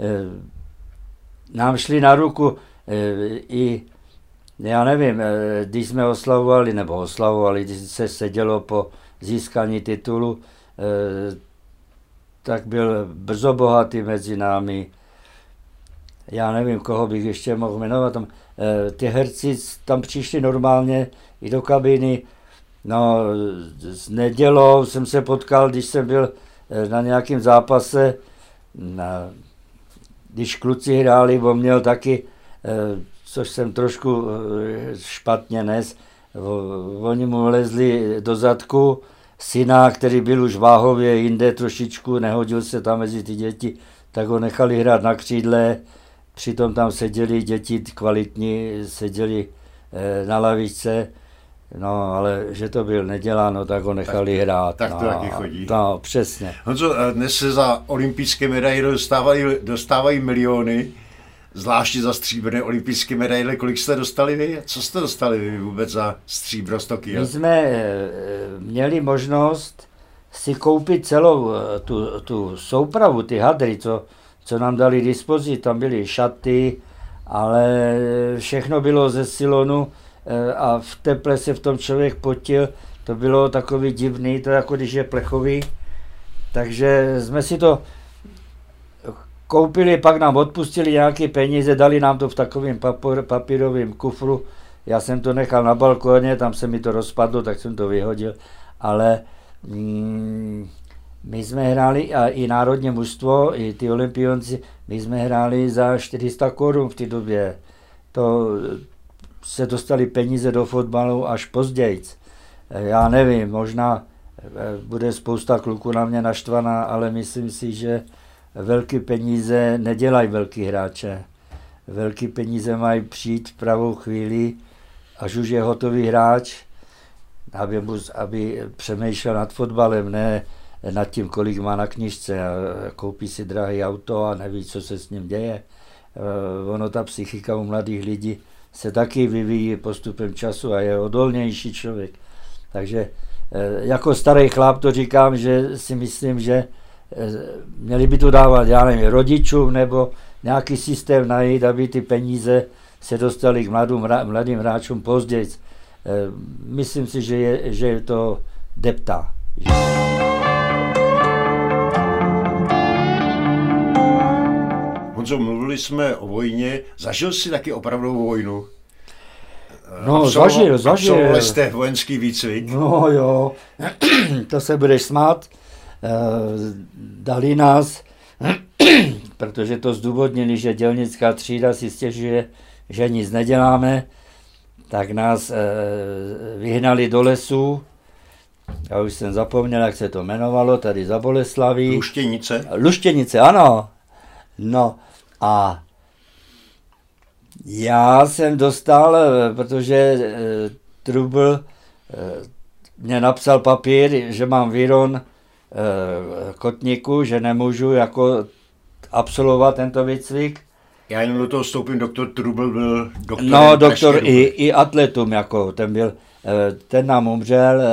nám šli na ruku i, já nevím, když jsme oslavovali, nebo oslavovali, když se sedělo po získání titulu, tak byl Brzo bohatý mezi námi. Já nevím, koho bych ještě mohl jmenovat. Tam, ty herci tam přišli normálně i do kabiny. No, s Nedělou jsem se potkal, když jsem byl na nějakém zápase. Na, když kluci hráli, on měl taky, což jsem trošku špatně nes, oni mu lezli do zadku, syna, který byl už váhově jinde trošičku, nehodil se tam mezi ty děti, tak ho nechali hrát na křídle, přitom tam seděli děti kvalitní, seděli eh, na lavičce, no ale že to byl Neděla, no tak ho nechali tak, hrát. Tak to no, taky chodí. No, přesně. Honzo, dnes se za olympijské medaile dostávají, dostávají miliony, zvláště za stříbrné olympijské medaile. Kolik jste dostali vy? Co jste dostali vy vůbec za stříbro z Tokia? My jsme měli možnost si koupit celou tu, tu soupravu, ty hadry, co, co nám dali dispozici. Tam byly šaty, ale všechno bylo ze silonu a v teple se v tom člověk potil. To bylo takový divný, to jako když je plechový. Takže jsme si to koupili, pak nám odpustili nějaké peníze, dali nám to v takovém papírovém kufru. Já jsem to nechal na balkóně, tam se mi to rozpadlo, tak jsem to vyhodil. Ale mm, my jsme hráli, a i národní mužstvo, i ty olympionci, my jsme hráli za čtyři sta korun v té době. To se dostali peníze do fotbalu až později. Já nevím, možná bude spousta kluků na mě naštvaná, ale myslím si, že velké peníze nedělají velký hráče. Velké peníze mají přijít v pravou chvíli, až už je hotový hráč, aby, mu, aby přemýšlel nad fotbalem, ne nad tím, kolik má na knižce a koupí si drahé auto a neví, co se s ním děje. Ono, ta psychika u mladých lidí se taky vyvíjí postupem času a je odolnější člověk. Takže jako starý chlap to říkám, že si myslím, že měli by to dávat, já nevím, rodičům nebo nějaký systém najít, aby ty peníze se dostaly k mladým, mladým hráčům později. Myslím si, že je, že je to depta. Honzo, mluvili jsme o vojně. Zažil jsi taky opravdovou vojnu? No, Absolvo, zažil, zažil. Absolvovali jste vojenský výcvik? No jo, to se budeš smát. Dali nás, protože to zdůvodnili, že dělnická třída si stěžuje, že nic neděláme, tak nás vyhnali do lesu. Já už jsem zapomněl, jak se to jmenovalo, tady za Boleslaví. Luštěnice? Luštěnice, ano. No a já jsem dostal, protože Trubl mě napsal papír, že mám výron kotníku, že nemůžu jako absolvovat tento výcvik. Já jenom do toho vstoupím, doktor Trubl byl doktorem. No, doktor i, i atletům, jako ten byl, ten nám umřel,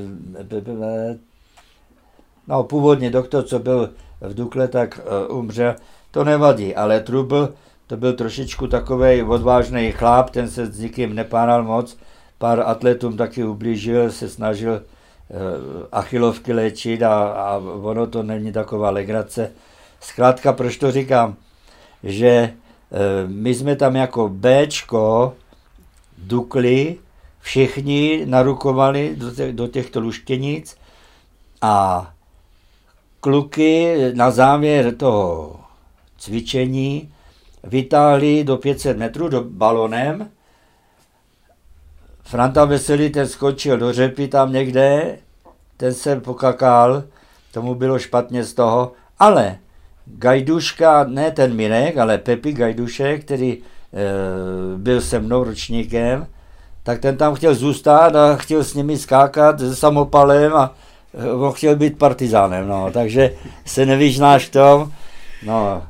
no původně doktor, co byl v Dukle, tak umřel, to nevadí, ale Trubl, to byl trošičku takovej odvážný chlap, ten se s nikým nepáral moc, pár atletům taky ublížil, se snažil achilovky léčit a, a ono to není taková legrace. Zkrátka, proč to říkám, že e, my jsme tam jako Bčko Dukli, všichni narukovali do, te, do těchto Luštěnic a kluky na závěr toho cvičení vytáhli do pět set metrů do balonem. Franta Veselý, ten skočil do řepy tam někde, ten se pokakal, tomu bylo špatně z toho, ale Gajduška, ne ten Mirek, ale Pepi Gajdušek, který e, byl se mnou ročníkem, tak ten tam chtěl zůstat a chtěl s nimi skákat se samopalem a on chtěl být partizánem, no, takže se nevyznáš v tom. No,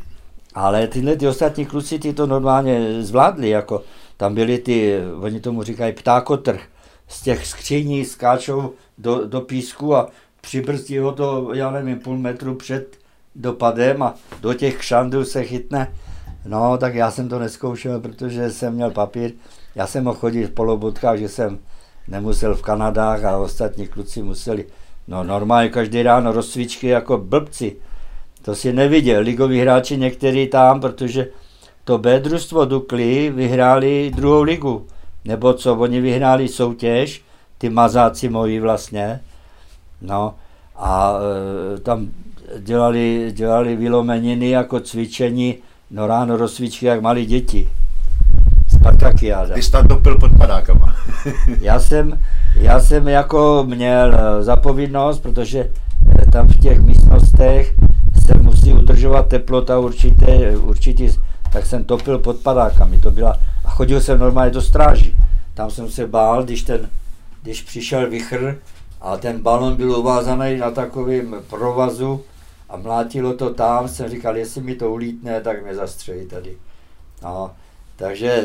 ale tyhle ty ostatní kluci ty to normálně zvládli, jako tam byli ty, oni tomu říkají ptákotrh, z těch skříní skáčou do, do písku a přibrzdí ho to, já nevím, půl metru před dopadem a do těch kšandů se chytne. No, tak já jsem to neskoušel, protože jsem měl papír. Já jsem mohl chodit v polobotkách, že jsem nemusel v Kanadách a ostatní kluci museli. No normálně každý ráno rozcvičky jako blbci. To si neviděl. Ligoví hráči některý tam, protože to B družstvo Dukly vyhráli druhou ligu. Nebo co, oni vyhráli soutěž, ty mazáci moji vlastně. No a e, tam dělali, dělali vylomeniny jako cvičení, no ráno rozcvičky jak malí děti. Spartakiáda. Ty jsi tam topil pod padákama. já, jsem, já jsem jako měl zapovědnost, protože tam v těch místnostech se musí udržovat teplota určité, určitý, tak jsem topil pod padákami. To byla, a chodil jsem normálně do stráži. Tam jsem se bál, když, ten, když přišel vichr a ten balon byl uvázaný na takovém provazu a mlátilo to tam, jsem říkal, jestli mi to ulítne, tak mě zastřelí tady. No, takže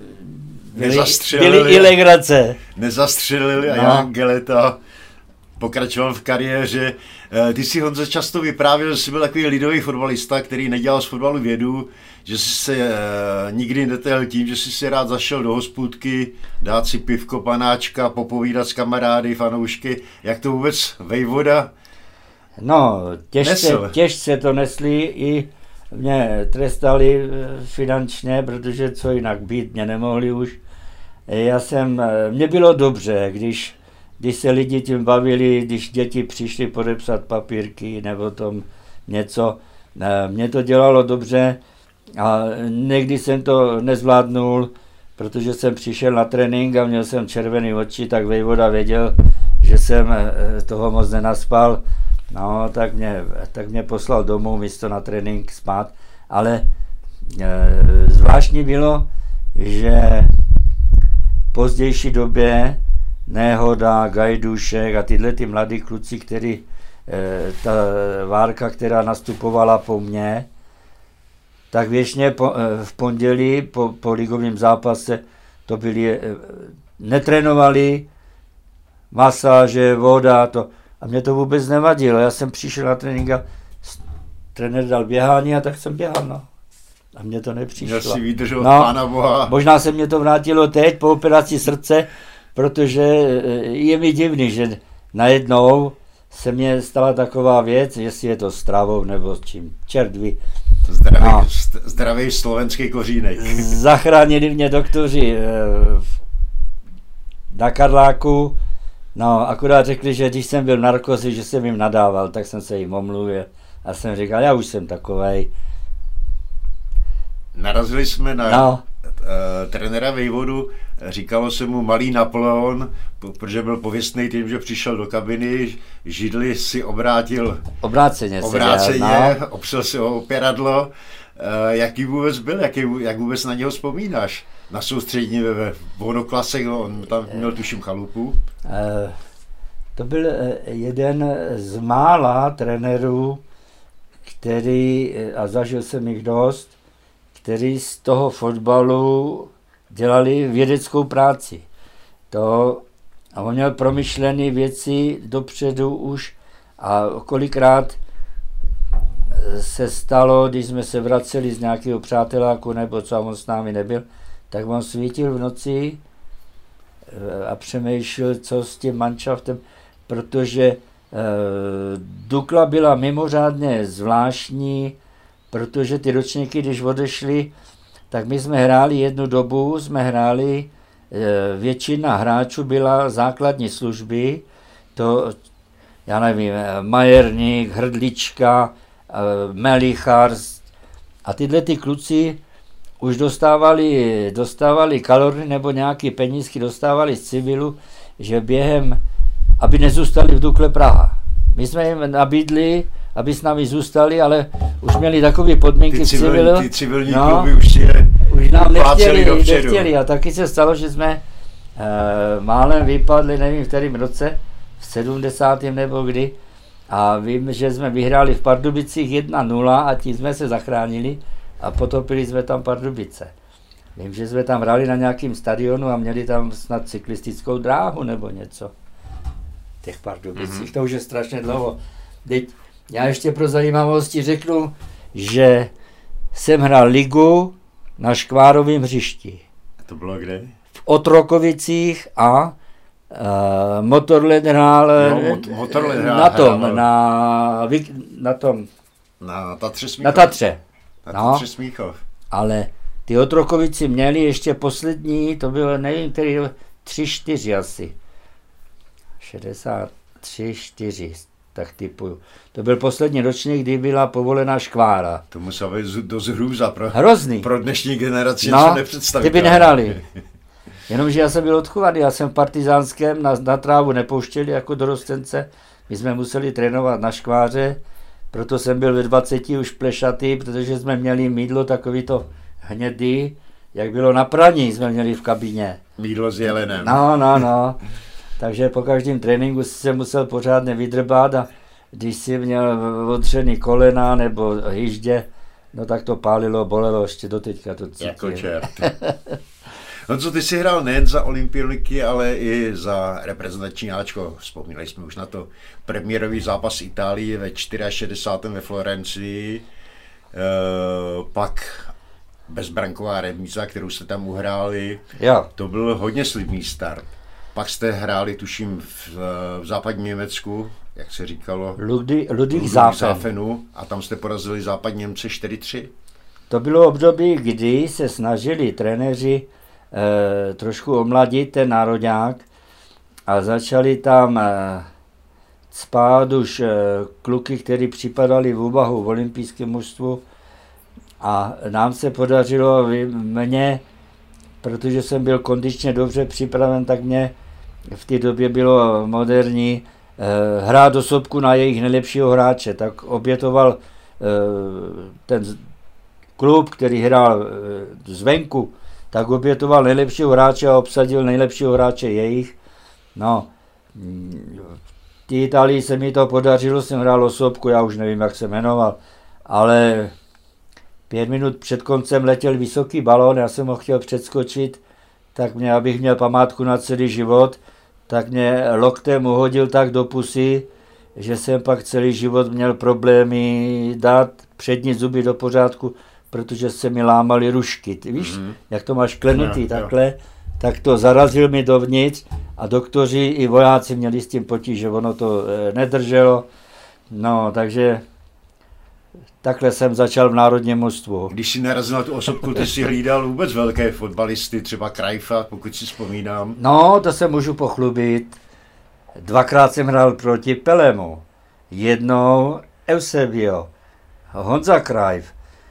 byly, byly i legrace. Nezastřelili a no. Jan Geleta pokračoval v kariéře. Ty si, Honzo, často vyprávěl, že jsi byl takový lidový fotbalista, který nedělal z fotbalu vědu, že jsi se e, nikdy netel tím, že jsi si rád zašel do hospůdky, dát si pivko, panáčka, popovídat s kamarády, fanoušky. Jak to vůbec Vejvoda No, těžce, těžce to nesli, i mě trestali finančně, protože co jinak být mě nemohli už. Já jsem, mně bylo dobře, když, když se lidi tím bavili, když děti přišly podepsat papírky nebo tom něco. Mně to dělalo dobře a někdy jsem to nezvládnul, protože jsem přišel na trénink a měl jsem červený oči, tak Vejvoda věděl, že jsem toho moc nenaspal. No, tak mě, tak mě poslal domů místo na trénink spát, ale e, zvláštní bylo, že v pozdější době Nehoda, Gajdušek a tyhle ty mladí kluci, který, e, ta Várka, která nastupovala po mně, tak věčně po, e, v pondělí po, po ligovém zápase to byli, e, netrénovali, masáže, voda, to. A mě to vůbec nevadilo. Já jsem přišel na trénink a trenér dal běhání a tak jsem běhal, no. A mě to nepřišlo. Já si vydržel, no, Pána Boha. Možná se mě to vrátilo teď po operaci srdce, protože je mi divný, že najednou se mně stala taková věc, jestli je to stravou nebo s čím, čert ví. Zdravý, no. Zdravý slovenský kořínek. Zachránili mě doktoři na Karláku. No, akorát řekli, že když jsem byl v narkozi, že jsem jim nadával, tak jsem se jim omluvil. A jsem říkal, já už jsem takovej. Narazili jsme na no. uh, trenéra Vejvodu, říkalo se mu Malý Napoleon, protože byl pověstný tím, že přišel do kabiny, židli si obrátil obráceně, obráceně dělal, no. Opřel si ho opěradlo. Uh, jaký vůbec byl, jaký, jak vůbec na něho vzpomínáš? Na soustřední ve vonoklasech, on tam měl tuším chalupu. Uh, to byl jeden z mála trenérů, který, a zažil jsem jich dost, který z toho fotbalu dělali vědeckou práci. To, a on měl promyšlené věci dopředu už a kolikrát se stalo, když jsme se vraceli z nějakého přáteláku nebo co, on s námi nebyl, tak on svítil v noci a přemýšlel, co s tím manšaftem, protože e, Dukla byla mimořádně zvláštní, protože ty ročníky, když odešly, tak my jsme hráli jednu dobu, jsme hráli, e, většina hráčů byla základní služby, to, já nevím, Majerník, Hrdlička, e, Melichar a tyhle ty kluci už dostávali, dostávali kalory nebo nějaké penízky dostávali z civilu, že během, aby nezůstali v Dukle Praha. My jsme jim nabídli, aby s námi zůstali, ale už měli takové podmínky ty v civilu. Ty civilní no, kluby už je už nám nechtěli, nechtěli. A taky se stalo, že jsme uh, málem vypadli, nevím v kterém roce, v sedmdesátém nebo kdy, A vím, že jsme vyhráli v Pardubicích jedna nula a tím jsme se zachránili a potopili jsme tam Pardubice. Vím, že jsme tam hráli na nějakém stadionu a měli tam snad cyklistickou dráhu nebo něco. Těch Pardubicích, mm-hmm. to už je strašně dlouho. Teď já ještě pro zajímavosti řeknu, že jsem hrál ligu na Škvárovém hřišti. A to bylo kde? V Otrokovicích a uh, Motorlet hrál no, mot- Motorlet hrál, na tom, hrál. na, na tom. Na Tatře Smíchov. Na Tatře. Na no, Tatře Smíchov. Ale ty Otrokovici měli ještě poslední, to bylo, nevím, který, tři čtyři asi. šedesát tři čtyři, tak typuju. To byl poslední ročník, kdy byla povolená škvára. To musel být dost hrůza pro, Hrozný. pro dnešní generaci, no, co nepředstavíte. Ty by nehrali. Jenomže já jsem byl odchovaný, já jsem v Partizánském, na, na trávu nepouštěli jako dorostence, my jsme museli trénovat na škváře, proto jsem byl ve dvaceti už plešatý, protože jsme měli mýdlo takový to hnědý, jak bylo na praní, jsme měli v kabině. Mýdlo s jelenem. No, no, no. Takže po každém tréninku se musel pořádně vydrbat a když si měl odřený kolena nebo hyždě, no tak to pálilo, bolelo ještě doteďka to cítím. Jako čert. No co, ty jsi hrál nejen za olympioniky, ale i za reprezentační áčko. Vzpomínali jsme už na to premiérový zápas Itálie ve šedesátém čtvrtém ve Florencii. E, pak bezbranková remíza, kterou jste tam uhráli. Jo. To byl hodně slibný start. Pak jste hráli, tuším, v, v západním Německu, jak se říkalo, Ludvík, Ludvík Záfen. Záfenu, a tam jste porazili západní Němce čtyři tři. To bylo období, kdy se snažili trenéři eh, trošku omladit ten nároďák a začali tam eh, cpát už eh, kluky, kteří připadali v úvahu v olympijském mužstvu a nám se podařilo, mně, protože jsem byl kondičně dobře připraven, tak mě v té době bylo moderní eh, hrát osobku na jejich nejlepšího hráče, tak obětoval eh, ten klub, který hrál e, zvenku, tak obětoval nejlepšího hráče a obsadil nejlepšího hráče jejich. No, v té Itálii se mi to podařilo, jsem hrál osobku, já už nevím, jak se jmenoval, ale pět minut před koncem letěl vysoký balón, já jsem ho chtěl předskočit, tak mě, abych měl památku na celý život, tak mě loktem uhodil tak do pusy, že jsem pak celý život měl problémy dát přední zuby do pořádku, protože se mi lámaly rušky. Ty víš, mm-hmm. jak to máš klenutý no, takhle, jo. Tak to zarazil mi dovnitř a doktoři i vojáci měli s tím potíž, že ono to e, nedrželo. No, takže takhle jsem začal v národním mužstvu. Když jsi narazil na tu osobku, ty jsi hlídal vůbec velké fotbalisty, třeba Cruyffa, pokud si vzpomínám. No, to se můžu pochlubit. Dvakrát jsem hrál proti Pelemu. Jednou Eusebio, Honza Cruyff.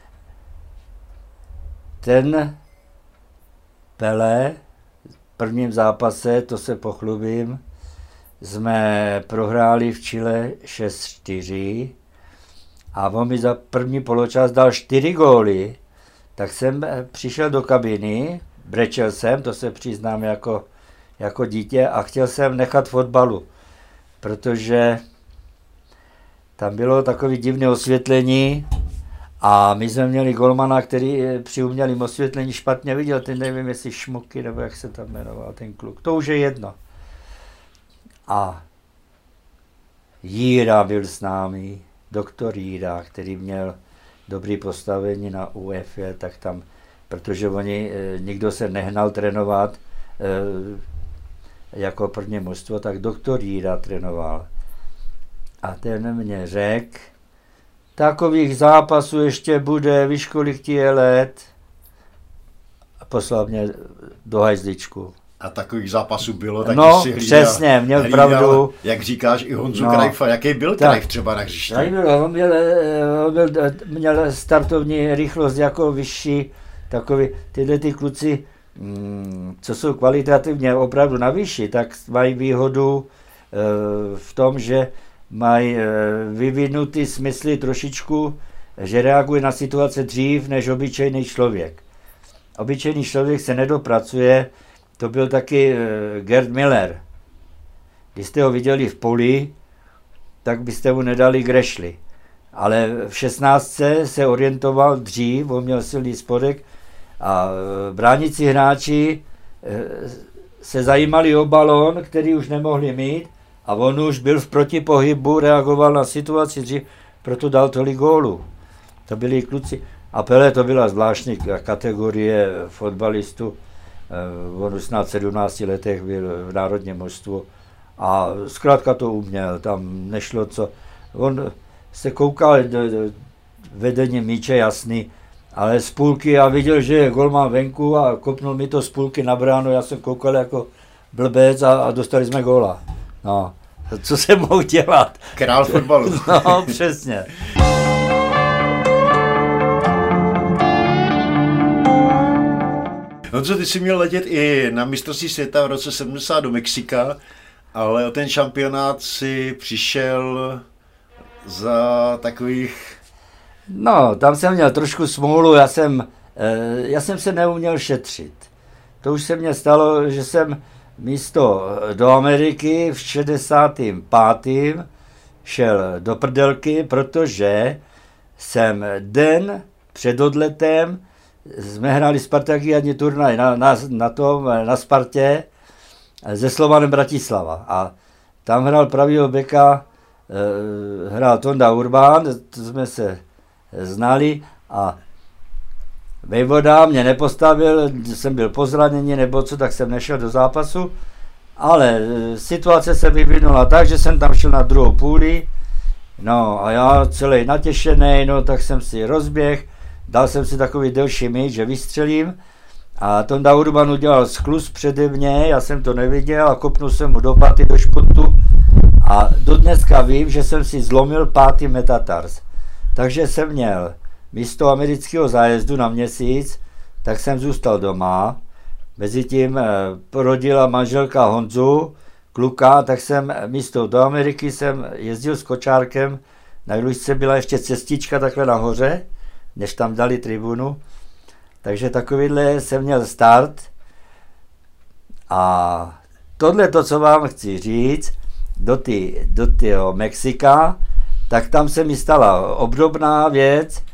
Ten Pelé v prvním zápase, to se pochlubím, jsme prohráli v Chile šest čtyři a on mi za první poločas dal čtyři góly, tak jsem přišel do kabiny, brečel jsem, to se přiznám jako, jako dítě a chtěl jsem nechat fotbalu, protože tam bylo takové divné osvětlení a my jsme měli golmana, který při umělém osvětlení špatně viděl, ten nevím, jestli Šmuky, nebo jak se tam jmenoval ten kluk, to už je jedno. A Jíra byl s námi, doktor Jíra, který měl dobrý postavení na U E F A, tak tam, protože oni, nikdo se nehnal trénovat jako první mužstvo, tak doktor Jíra trénoval. A ten mě řekl, takových zápasů ještě bude, víš, kolik ti je let? A poslal mě do hajzličku. A takových zápasů bylo, tak no, si hlídal, přesně, měl hlídal, pravdu. Jak říkáš, i Honzu no, Cruyffa. Jaký byl Cruyff třeba na hřišti? On měl, on měl, měl startovní rychlost jako vyšší, takový, tyhle ty kluci, co jsou kvalitativně opravdu na vyšší, tak mají výhodu v tom, že mají vyvinutý smysly trošičku, že reaguje na situace dřív než obyčejný člověk. Obyčejný člověk se nedopracuje, to byl taky Gerd Müller. Když jste ho viděli v poli, tak byste mu nedali grešli. Ale v šestnáctce se orientoval dřív, on měl silný spodek a bránící hráči se zajímali o balón, který už nemohli mít a on už byl v protipohybu, reagoval na situaci dřív, proto dal tolik gólů. To byli kluci. A Pelé to byla zvláštní kategorie fotbalistů. On už snad v sedmnácti letech byl v národním mužstvu a zkrátka to uměl, tam nešlo co. On se koukal do, do vedení míče jasný, ale z půlky a viděl, že je golman venku a kopnul mi to z půlky na bránu, já jsem koukal jako blbec a, a dostali jsme góla. No, co jsem mohl dělat? Král fotbalu. No, přesně. No co, ty jsi měl letět i na mistrovství světa v roce sedmdesát do Mexika, ale o ten šampionát si přišel za takových... No, tam jsem měl trošku smůlu, já jsem, já jsem se neuměl šetřit. To už se mně stalo, že jsem místo do Ameriky v šedesátém pátém šel do prdelky, protože jsem den před odletem jsme hráli Spartakiádní turnaj na, na, na, tom, na Spartě se Slovanem Bratislava. A tam hrál pravýho beka, e, hrál Tonda Urbán, to jsme se znali a Vejvoda mě nepostavil, jsem byl po zranění nebo co, tak jsem nešel do zápasu, ale situace se vyvinula tak, že jsem tam šel na druhou půli, no a já celý natěšený, no tak jsem si rozběh, dal jsem si takový delší míč, že vystřelím a Tonda Urban udělal skluz přede mě, já jsem to neviděl a kopnul jsem mu do paty, do špuntu a dodneska vím, že jsem si zlomil pátý metatars. Takže jsem měl místo amerického zájezdu na měsíc, tak jsem zůstal doma. Mezitím porodila manželka Honzu, kluka, tak jsem místo do Ameriky jsem jezdil s kočárkem, na Ilušce byla ještě cestička takhle nahoře, než tam dali tribunu. Takže takovýhle jsem měl start. A tohle to, co vám chci říct, do ty, do tyho Mexika, tak tam se mi stala obdobná věc.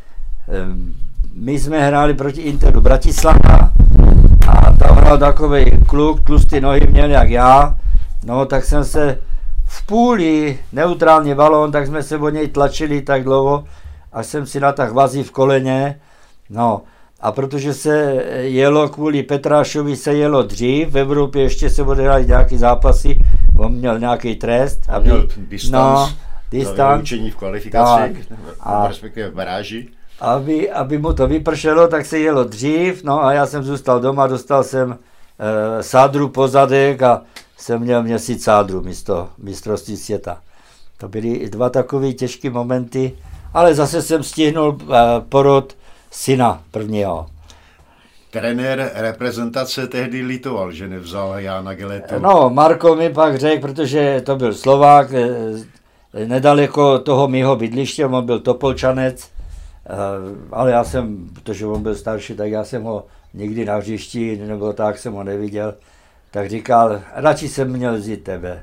My jsme hráli proti Interu Bratislava a tam hrál takový kluk, tlustý nohy měl jak já, no tak jsem se v půli, neutrální balón, tak jsme se o něj tlačili tak dlouho, až jsem si natáhl vazí v koleně, no a protože se jelo kvůli Petrášovi se jelo dřív, v Evropě ještě se odehrály nějaký zápasy, on měl nějaký trest, aby, měl distanc, no, distanc, učení v kvalifikaci, tak, a respektive v baráži. Aby, aby mu to vypršelo, tak se jelo dřív, no a já jsem zůstal doma, dostal jsem e, sádru po zadek a jsem měl měsíc sádru místo mistrovství světa. To byly dva takové těžké momenty, ale zase jsem stihnul e, porod syna prvního. Trenér reprezentace tehdy litoval, že nevzal Jána Geletu. No, Marko mi pak řekl, protože to byl Slovák, e, nedaleko toho mýho bydliště, on byl Topolčanec, ale já jsem, protože on byl starší, tak já jsem ho nikdy na hřišti nebo tak jsem ho neviděl, tak říkal, radši jsem měl vzít tebe.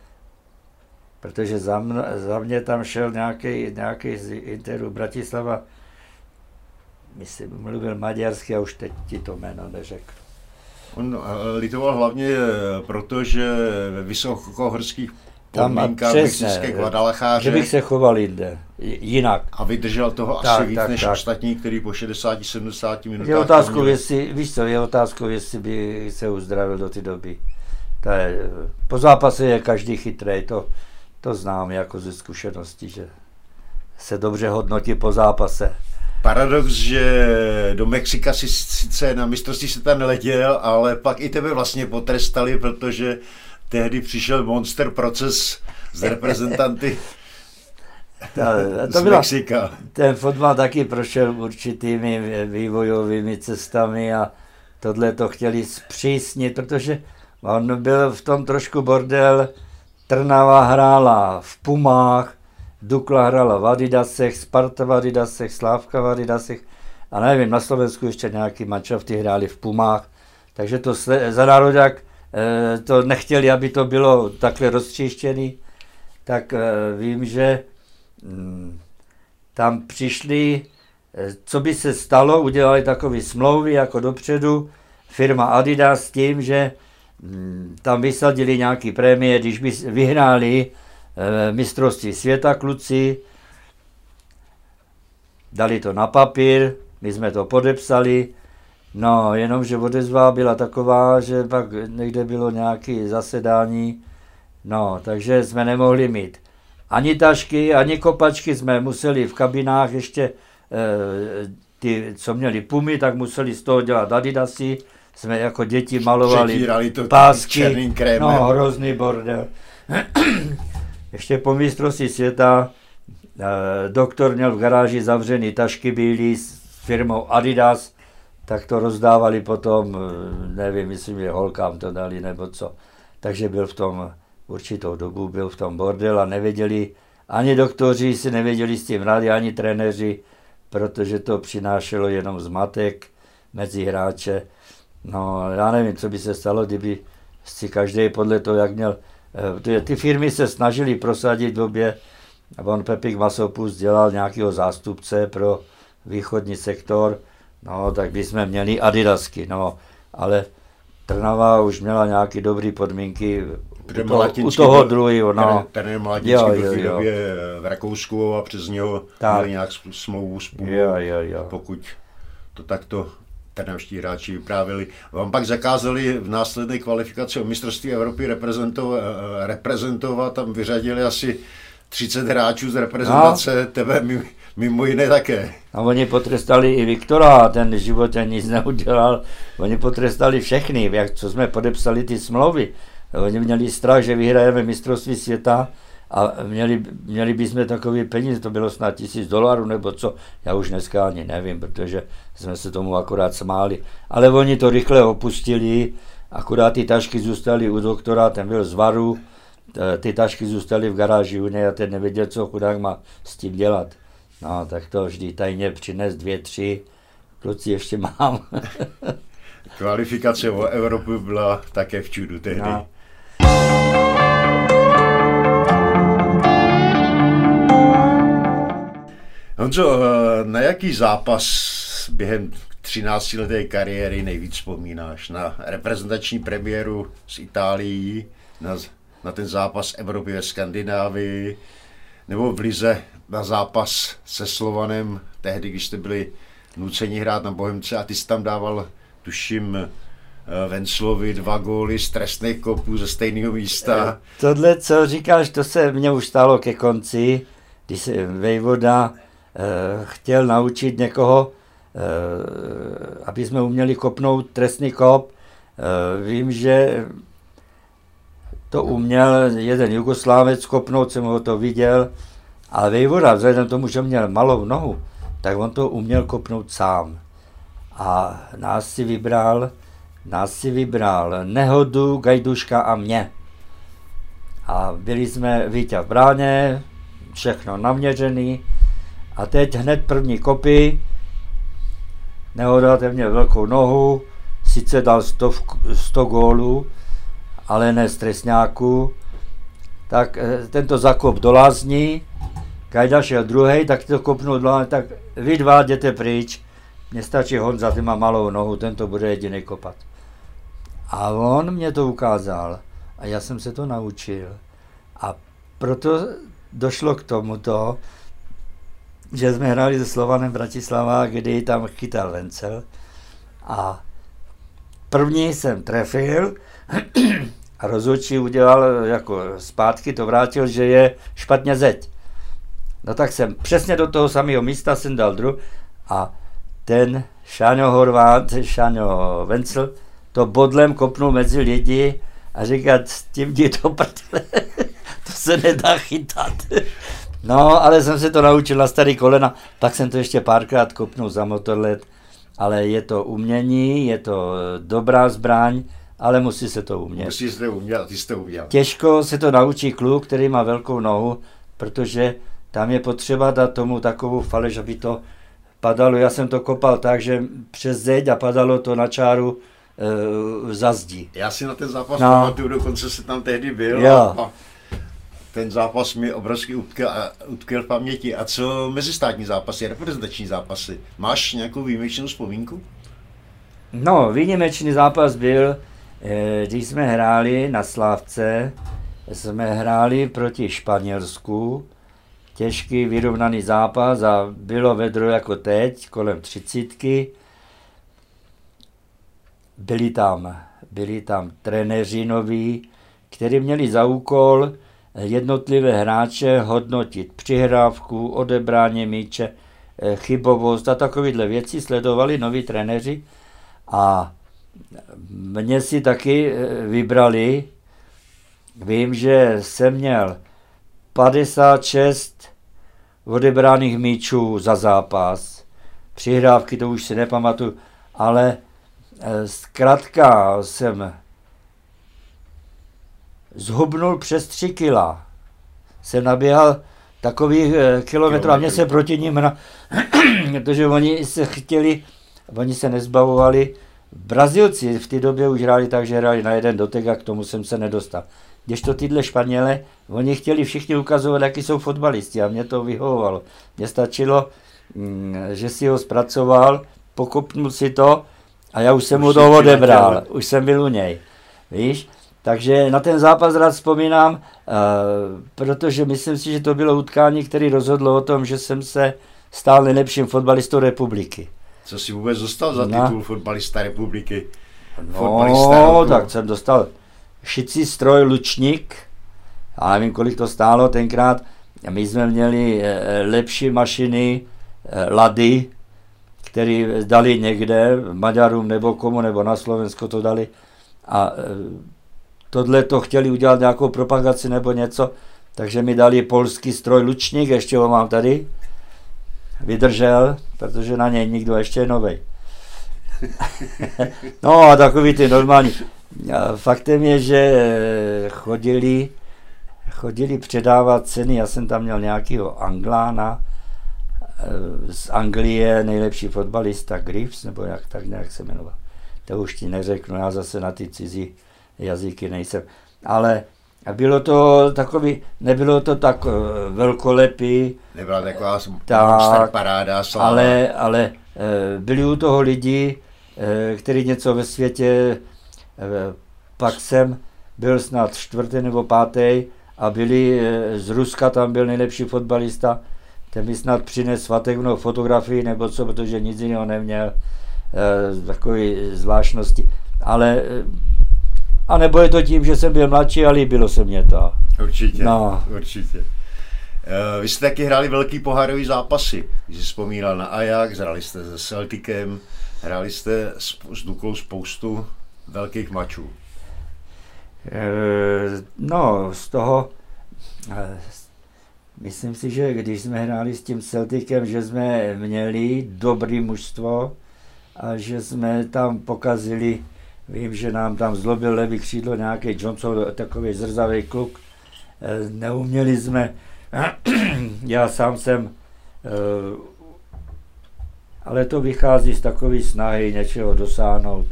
Protože za, mn, za mě tam šel nějaký, nějaký z Interu Bratislava, myslím, mluvil maďarsky a už teď ti to jméno neřekl. On litoval hlavně proto, že ve vysokohorských podmínkách mexické Guadalajare, že bych se choval jinde, jinak. A vydržel toho tak, asi víc tak, než tak. ostatní, který po šedesáti sedmdesáti minutách... Je otázkou, jestli, víš co, je otázkou, jestli by se uzdravil do té doby. To je, po zápase je každý chytrý, to, to znám jako ze zkušenosti, že se dobře hodnotí po zápase. Paradox, že do Mexika si sice na mistrovství světa neletěl, ale pak i tebe vlastně potrestali, protože tehdy přišel monster proces z reprezentanty ta, to z Mexika. Ten fotbal taky prošel určitými vývojovými cestami a tohle to chtěli zpřísnit, protože on byl v tom trošku bordel. Trnava hrála v Pumách, Dukla hrála v Adidasech, Sparta v Adidasech, Slávka v Adidasech a nevím, na Slovensku ještě nějaký manšafty hráli v Pumách, takže to za národák to nechtěli, aby to bylo takhle roztříštěný, tak vím, že hm, tam přišli, co by se stalo, udělali takové smlouvy jako dopředu, firma Adidas s tím, že hm, tam vysadili nějaký prémie, když by vyhráli e, mistrovství světa kluci, dali to na papír, my jsme to podepsali, no jenomže odezva byla taková, že pak někde bylo nějaké zasedání, no takže jsme nemohli mít ani tašky, ani kopačky, jsme museli v kabinách ještě, e, ty, co měli pumy, tak museli z toho dělat adidasy, jsme jako děti malovali to pásky, no hrozný bordel. Ještě po mistrovství světa e, doktor měl v garáži zavřený tašky bílý s firmou Adidas, tak to rozdávali potom, nevím, myslím, že holkám to dali nebo co. Takže byl v tom určitou dobu, byl v tom bordel a nevěděli, ani doktoři si nevěděli s tím rady, ani trenéři, protože to přinášelo jenom zmatek mezi hráče. No, já nevím, co by se stalo, kdyby si každý podle toho, jak měl. Ty firmy se snažili prosadit v době, a on Pepík Masopust dělal nějakého zástupce pro východní sektor, no, tak bychom měli adidasky, no, ale Trnava už měla nějaké dobré podmínky u toho, u toho druhého, no. Trenér Malatinský byl v té době v Rakousku a přes něho měli nějak smlouvu spolu, jo, jo, jo. Pokud to takto trnavští hráči vyprávěli. Vám pak zakázali v následné kvalifikaci o mistrovství Evropy reprezentovat, reprezentovat, tam vyřadili asi třicet hráčů z reprezentace, no. Tebe mimo jiné také. A oni potrestali i Viktora, ten v životě nic neudělal. Oni potrestali všechny, jak, co jsme podepsali ty smlouvy. Oni měli strach, že vyhrajeme mistrovství světa a měli, měli bychom takové peníze, to bylo snad tisíc dolarů nebo co, já už dneska ani nevím, protože jsme se tomu akorát smáli. Ale oni to rychle opustili, akorát ty tašky zůstaly u doktora, ten byl z Varu, ty tašky zůstaly v garáži u něj a ten nevěděl, co chudák má s tím dělat. No, tak to vždy tajně přines dvě, tři, kluci ještě mám. Kvalifikace o Evropu byla také v čudu tehdy. No. Honzo, na jaký zápas během třináctileté kariéry nejvíc vzpomínáš? Na reprezentační premiéru s Itálií, na, na ten zápas Evropy ve Skandinávii, nebo v lize na zápas se Slovanem, tehdy, když jste byli nuceni hrát na Bohemce a ty jsi tam dával, tuším, Venclovi dva góly z trestných kopů ze stejného místa. Tohle, co říkáš, to se mně už stalo ke konci, když se Vejvoda eh, chtěl naučit někoho, eh, aby jsme uměli kopnout trestný kop. Eh, vím, že to uměl jeden Jugoslávec kopnout, jsem ho to viděl, ale Vejvoda, vzhledem tomu, že měl malou nohu, tak on to uměl kopnout sám. A nás si vybral, nás si vybral Nehodu, Gajduška a mě. A byli jsme Vítě v bráně, všechno naměřený. A teď hned první kopy. Nehoda ten měl velkou nohu, sice dal sto gólů, ale ne z trestňáku. Tak tento zakop do lázní, Gajda šel druhej, tak to kopnul do lázní, tak vy dva jděte pryč. Mně stačí Honza, ty má malou nohu, ten to bude jediný kopat. A on mě to ukázal a já jsem se to naučil. A proto došlo k tomuto, že jsme hráli se Slovanem Bratislava, kdy tam chytal Vencel. A první jsem trefil a rozhodčí udělal jako zpátky, to vrátil, že je špatně zeď. No tak jsem přesně do toho samého místa jsem dal druh a ten Šáňo Horvát, Šáňo Vencel, to bodlem kopnul mezi lidi a říkat, s tím jdi do prdele, to se nedá chytat. No, ale jsem se to naučil na starý kolena, tak jsem to ještě párkrát kopnul za motorlet, ale je to umění, je to dobrá zbraň, ale musí se to umět. Musí se to umět, ty jsi to uměl. Těžko se to naučí kluk, který má velkou nohu, protože tam je potřeba dát tomu takovou faleš, aby to padalo. Já jsem to kopal tak, že přes zeď a padalo to na čáru e, za zdí. Já si na ten zápas no. pamatuju, dokonce se tam tehdy byl. Jo. A, ten zápas mi obrovsky utkvěl, utkvěl v paměti. A co mezistátní zápasy, reprezentační zápasy? Máš nějakou výjimečnou vzpomínku? No, výjimečný zápas byl, když jsme hráli na Slávce, jsme hráli proti Španělsku, těžký vyrovnaný zápas a bylo vedro jako teď, kolem třicítky. Byli tam, byli tam trenéři noví, kteří měli za úkol jednotlivé hráče hodnotit přihrávku, odebrání míče, chybovost a takovéhle věci sledovali noví trenéři a mě si taky vybrali. Vím, že jsem měl padesát šest odebraných míčů za zápas. Přihrávky to už si nepamatuju, ale zkrátka jsem zhubnul přes tři kila. Jsem naběhal takových kilometrů a mě se proti ním, na, protože oni se chtěli, oni se nezbavovali. Brazilci v té době už hráli tak, že hráli na jeden dotek a k tomu jsem se nedostal. Kdežto tyhle Španěle, oni chtěli všichni ukazovat, jaký jsou fotbalisti a mě to vyhovovalo. Mně stačilo, že si ho zpracoval, pokopnul si to a já už jsem mu to odebral, už jsem byl u něj. Víš? Takže na ten zápas rád vzpomínám, uh, protože myslím si, že to bylo utkání, které rozhodlo o tom, že jsem se stal nejlepším fotbalistou republiky. Co jsi vůbec dostal za no. titul fotbalista republiky? No, fotbalista tak jsem dostal šicí stroj Lučník, a nevím, kolik to stálo tenkrát. My jsme měli lepší mašiny, Lady, které dali někde, Maďarům nebo komu, nebo na Slovensko to dali. A tohle to chtěli udělat nějakou propagaci nebo něco, takže mi dali polský stroj Lučník, ještě ho mám tady. Vydržel, protože na něj nikdo ještě je novej. No a takový ty normální. Faktem je, že chodili, chodili předávat ceny, já jsem tam měl nějakého Anglána, z Anglie nejlepší fotbalista Griffiths, nebo jak tak nějak se jmenoval. To už ti neřeknu, já zase na ty cizí jazyky nejsem. Ale bylo to takový, nebylo to tak velkolepý. Nebyla taková tak, paráda, sláva. Ale, ale byli u toho lidi, kteří něco ve světě, pak jsem byl snad čtvrtý nebo pátý a byli z Ruska, tam byl nejlepší fotbalista, ten mi snad přines svatebnou fotografii nebo co, protože nic jiného neměl, takové zvláštnosti, ale a nebo je to tím, že jsem byl mladší a líbilo se mě to. Určitě, no. určitě. Vy jste taky hráli velký pohárový zápasy, když jsi vzpomínal na Ajax, hráli jste se Celticem, hráli jste s, s Duklou spoustu velkých mačů. No, z toho, myslím si, že když jsme hráli s tím Celticem, že jsme měli dobrý mužstvo a že jsme tam pokazili, vím, že nám tam zlobil levý křídlo nějaký Johnson, takový zrzavý kluk, neuměli jsme, já sám jsem, ale to vychází z takové snahy něčeho dosáhnout.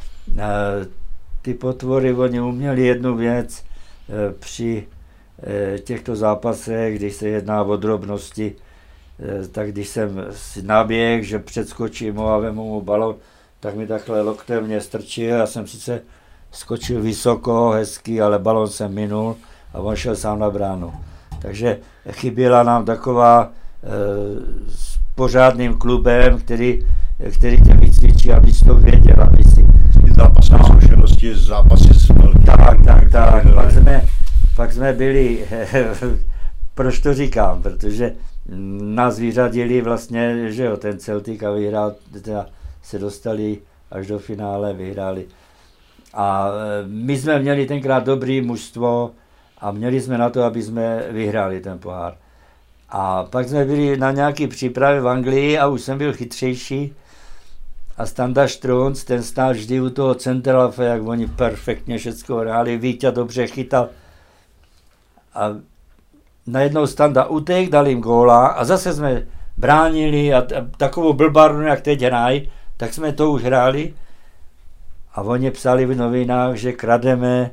Ty potvory, oni uměli jednu věc při těchto zápasech, když se jedná o drobnosti, tak když jsem si naběh, že předskočím ho a vemu mu balon, tak mi takhle loktem mě strčil, já jsem sice skočil vysoko, hezký, ale balon jsem minul a on šel sám na bránu. Takže chyběla nám taková e, s pořádným klubem, který, který tě vycvičí, aby to věděl, aby si... Zápasné zkušenosti, zápasy s velkým... Tak, tak, tak. Pak jsme, pak jsme byli, proč to říkám, protože nás vyřadili vlastně, že jo, ten Celtic a vyhrál, teda se dostali až do finále, vyhráli. A my jsme měli tenkrát dobrý mužstvo a měli jsme na to, aby jsme vyhráli ten pohár. A pak jsme byli na nějaký přípravě v Anglii a už jsem byl chytřejší. A Standa Strunz, ten stál vždy u toho centralafa, jak oni perfektně všecko hráli, Víťa dobře chytal. A najednou Standa utek, dal jim góla a zase jsme bránili a, a takovou blbárnu, jak teď hrají, tak jsme to už hráli. A oni psali v novinách, že krademe,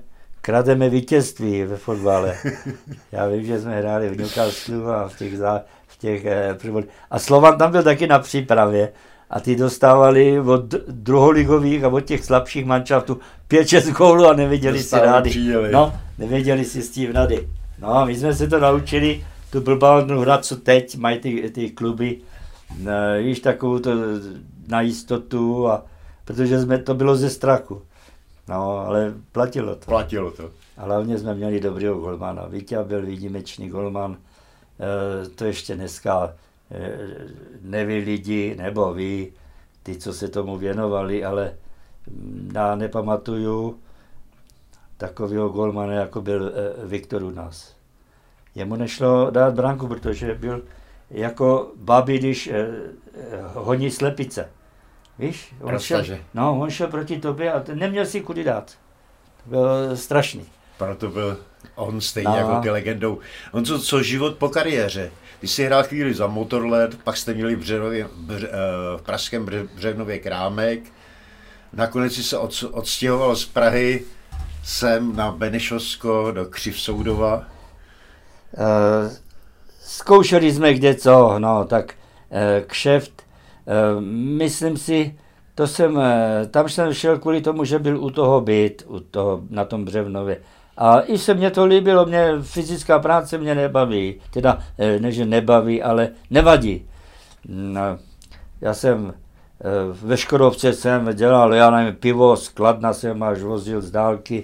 krademe vítězství ve fotbale. Já vím, že jsme hráli v Newcastlu a v těch, zá, v těch eh, privod... A Slovan tam byl taky na přípravě a ty dostávali od druholigových a od těch slabších manšaftů pět šest gólů a nevěděli si rády. No, nevěděli si s tím rady. No a my jsme se to naučili, tu blbálnu hrát, co teď mají ty, ty kluby, no, víš, takovou to na jistotu, a, protože jsme, to bylo ze strachu. No, ale platilo to. Platilo to. A hlavně jsme měli dobrýho golmana. Vítě byl výjimečný golman. E, to ještě dneska e, neví lidi, nebo ví, ty, co se tomu věnovali, ale já nepamatuju takového golmana, jako byl e, Viktor u nás. Jemu nešlo dát branku, protože byl jako babi, když e, e, honí slepice. Víš, on šel, no, on šel proti tobě a neměl si kudy dát. To bylo strašný. Proto byl on stejně no. jako ty legendou. On co, co život po kariéře. Ty jsi hrál chvíli za Motorlet, pak jste měli v, Břenově, bře, v pražském Břevnově krámek. Nakonec si se od, odstěhoval z Prahy sem na Benešovsko do Křivsoudova. Uh, zkoušeli jsme kde co, no tak uh, kšeft. Myslím si, to jsem, tam jsem šel kvůli tomu, že byl u toho byt, u toho, na tom Břevnově. A i se mně to líbilo, mě fyzická práce mě nebaví, teda ne, že nebaví, ale nevadí. Já jsem ve Škodovce jsem dělal, já nevím, pivo, z Kladna jsem až vozil z dálky,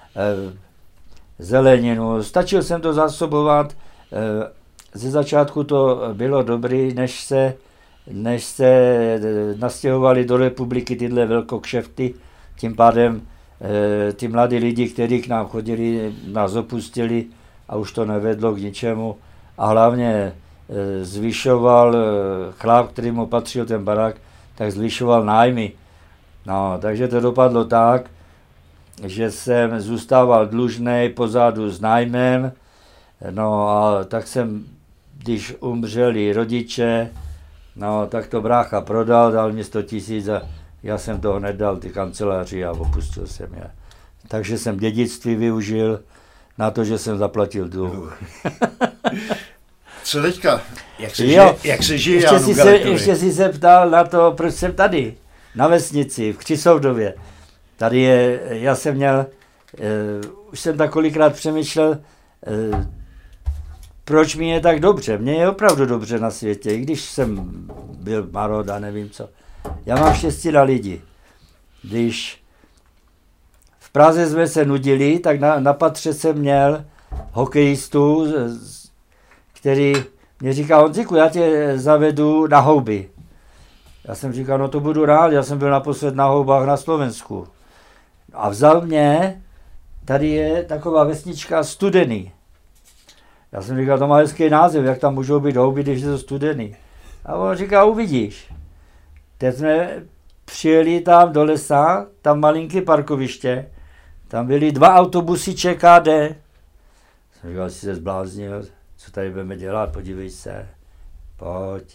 zeleninu, stačil jsem to zásobovat, ze začátku to bylo dobrý, než se než se nastěhovali do republiky tyhle velkokšefty, tím pádem e, ty mladí lidi, kteří k nám chodili, nás opustili a už to nevedlo k ničemu. A hlavně e, zvyšoval e, chlap, který mu patřil ten barák, tak zvyšoval nájmy. No, takže to dopadlo tak, že jsem zůstával dlužnej pozadu s nájmem, no a tak jsem, když umřeli rodiče, no, tak to brácha prodal, dal mi sto tisíc a já jsem toho nedal ty kanceláři a opustil jsem je. Takže jsem dědictví využil na to, že jsem zaplatil dluh. Co teďka? Jak se žije, jak se žije ještě, si se, ještě si se ptal na to, proč jsem tady, na vesnici, v Křisoudově. Tady je, já jsem měl, uh, už jsem tak kolikrát přemýšlel, uh, proč mi je tak dobře? Mně je opravdu dobře na světě, i když jsem byl marod a nevím co. Já mám štěstí na lidi. Když v Praze jsme se nudili, tak na, na patře jsem měl hokejistu, který mě říkal, Honziku, já tě zavedu na houby. Já jsem říkal, no to budu rád, já jsem byl naposled na houbách na Slovensku. A vzal mě, tady je taková vesnička Studený. Já jsem říkal, to má hezký název, jak tam můžou být houby, když je to studený. A on říká, uvidíš. Teď jsme přijeli tam do lesa, tam malinké parkoviště, tam byly dva autobusy ČKD. Jsem říkal, jsi se zbláznil, co tady budeme dělat, podívej se, pojď.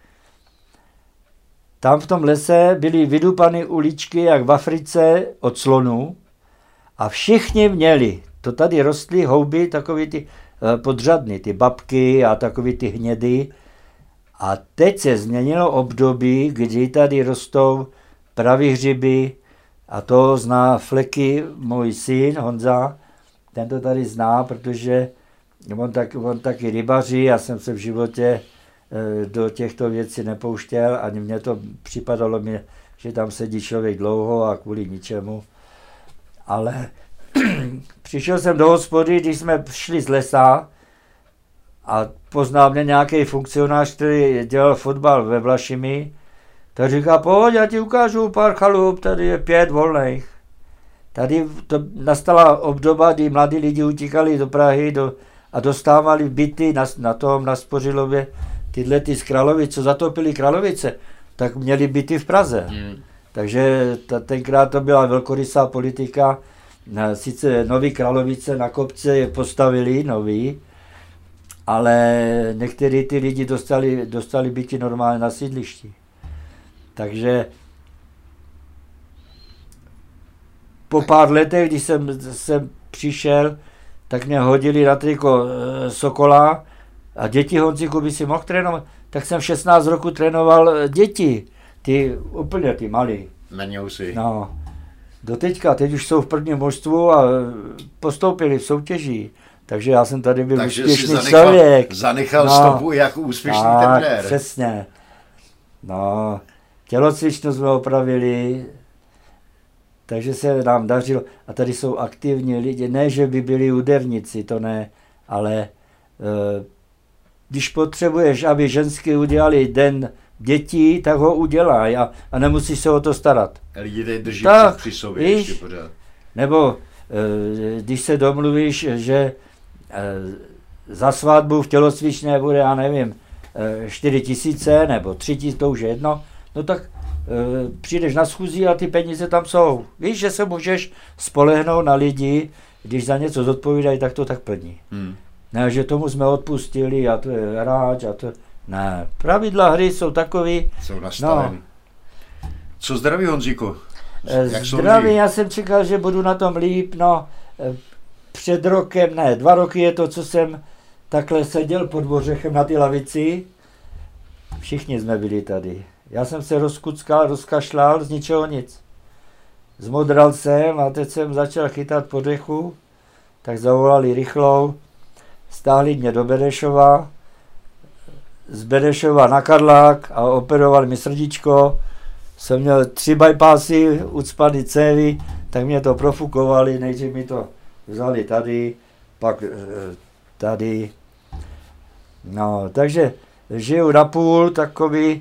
Tam v tom lese byly vydupané uličky, jak v Africe, od slonů a všichni měli, to tady rostly houby, takový ty podřadny, ty babky a takový ty hnědy. A teď se změnilo období, kdy tady rostou pravý hřiby a to zná Fleky, můj syn Honza, ten to tady zná, protože on, tak, on taky rybaří, já jsem se v životě e, do těchto věcí nepouštěl, ani mně to připadalo, mě, že tam sedí člověk dlouho a kvůli ničemu. Ale přišel jsem do hospody, když jsme šli z lesa a poznal mě nějaký funkcionář, který dělal fotbal ve Vlašimi, tak říká, pojď, já ti ukážu pár chalup, tady je pět volných. Tady to nastala obdoba, kdy mladí lidi utíkali do Prahy do, a dostávali byty na, na tom, na Spořilově, tyhle ty z Kralovic, co zatopili Kralovice, tak měli byty v Praze. Hmm. Takže ta, tenkrát to byla velkorysá politika. Sice nový Kralovice na kopce je postavili, nový, ale některý ty lidi dostali, dostali byty normálně na sídlišti. Takže po pár letech, když jsem, jsem přišel, tak mě hodili na triko e, Sokola a děti Honzíku by si mohl trénovat. Tak jsem v šestnáct roku trénoval děti, ty úplně ty malí. Meniousy. No, doteďka, teď už jsou v prvním mužstvu a postoupili v soutěži. Takže já jsem tady byl Takže úspěšný zanechal, člověk. Zanechal no, stopu jako úspěšný tak, trenér. Přesně. No, tělocvičnu jsme opravili, takže se nám dařilo. A tady jsou aktivní lidi, ne, že by byli úderníci, to ne, ale e, když potřebuješ, aby ženské udělali den dětí, tak ho udělá a, a nemusíš se o to starat. A lidi tady drží tak, při sobě víš, ještě pořád. Nebo e, když se domluvíš, že e, za svatbu v tělocvičně bude, já nevím, e, čtyři tisíce nebo tři tisíce, to už je jedno, no tak e, přijdeš na schůzi a ty peníze tam jsou. Víš, že se můžeš spolehnout na lidi, když za něco zodpovídají, tak to tak plní. Hmm. Ne, že tomu jsme odpustili a to je hráč a to... Ne, pravidla hry jsou takový... Jsou nastaveny. No. Co zdraví, Honzíku? Jak zdraví, já jsem čekal, že budu na tom líp, no před rokem, ne, dva roky je to, co jsem takhle seděl pod ořechem na ty lavici. Všichni jsme byli tady. Já jsem se rozkuckal, rozkašlal, z ničeho nic. Zmodral jsem a teď jsem začal chytat po dechu, tak zavolali rychlou, stáhli mě do Benešova, z Benešova na Karlák a operovali mi srdíčko. Jsem měl tři bypassy, ucpaný cévy, tak mě to profukovali, nejdřív mi to vzali tady, pak tady. No, takže žiju napůl takový,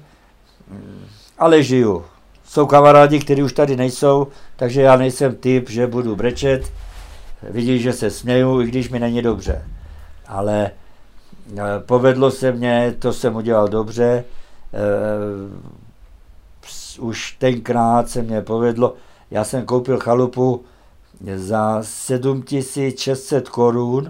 ale žiju. Jsou kamarádi, kteří už tady nejsou, takže já nejsem typ, že budu brečet. Vidíš, že se směju, i když mi není dobře. Ale povedlo se mně, to jsem udělal dobře. Už tenkrát se mě povedlo, já jsem koupil chalupu za sedm tisíc šest set korun,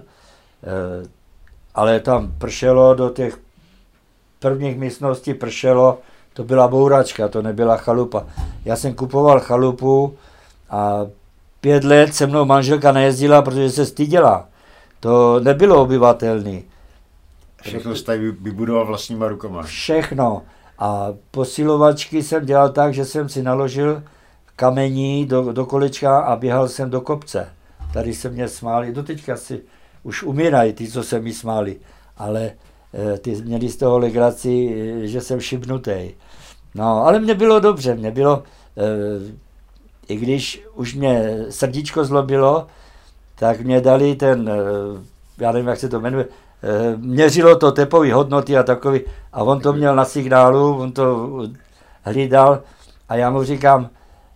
ale tam pršelo do těch prvních místností, pršelo, to byla bouračka, to nebyla chalupa. Já jsem kupoval chalupu a pět let se mnou manželka nejezdila, protože se styděla. To nebylo obyvatelné. Všechno jste vybudoval vlastníma rukama. Všechno. A posilovačky jsem dělal tak, že jsem si naložil kamení do, do kolečka a běhal jsem do kopce. Tady se mě smáli, doteďka si už umírají ty, co se mi smáli, ale e, ty měli z toho legraci, e, že jsem šibnutý. No, ale mně bylo dobře, mně bylo, e, i když už mě srdíčko zlobilo, tak mě dali ten, e, já nevím, jak se to jmenuje, měřilo to tepové hodnoty a takový, a on to měl na signálu, on to hlídal a já mu říkám,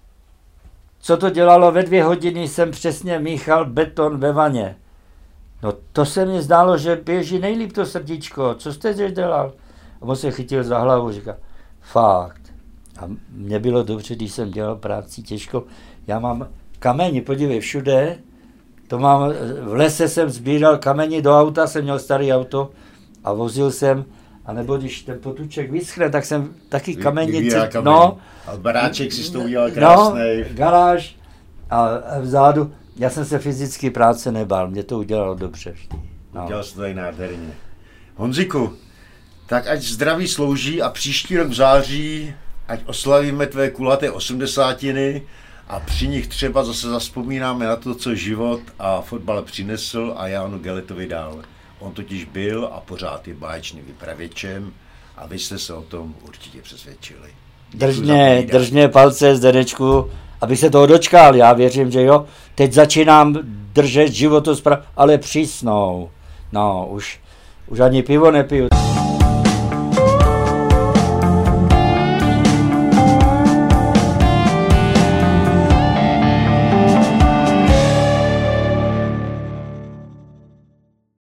co to dělalo, ve dvě hodiny jsem přesně míchal beton ve vaně. No to se mi zdálo, že běží nejlíp to srdíčko, co jste dělal? A on se chytil za hlavu, říká, fakt. A mně bylo dobře, když jsem dělal práci těžko. Já mám kameni, podívej, všude. To mám, v lese jsem sbíral kameni do auta, jsem měl starý auto a vozil jsem, anebo když ten potuček vyschne, tak jsem taky kameni, no. A baráček si s tou udělal krásnej. No, garáž a vzadu, já jsem se fyzicky práce nebál, mě to udělalo dobře vždy. No. Udělal jsi to tady nádherně. Honziku, tak ať zdraví slouží a příští rok v září, ať oslavíme tvé kulaté osmdesátiny, a při nich třeba zase zazpomínáme na to, co život a fotbal přinesl a Jánu Geletovi dal. On totiž byl a pořád je báječným vypravěčem a vy jste se o tom určitě přesvědčili. Držně, držně palce, Zdenečku, aby se toho dočkal. Já věřím, že jo. Teď začínám držet životospráv, ale přísnou. No, už, už ani pivo nepiju.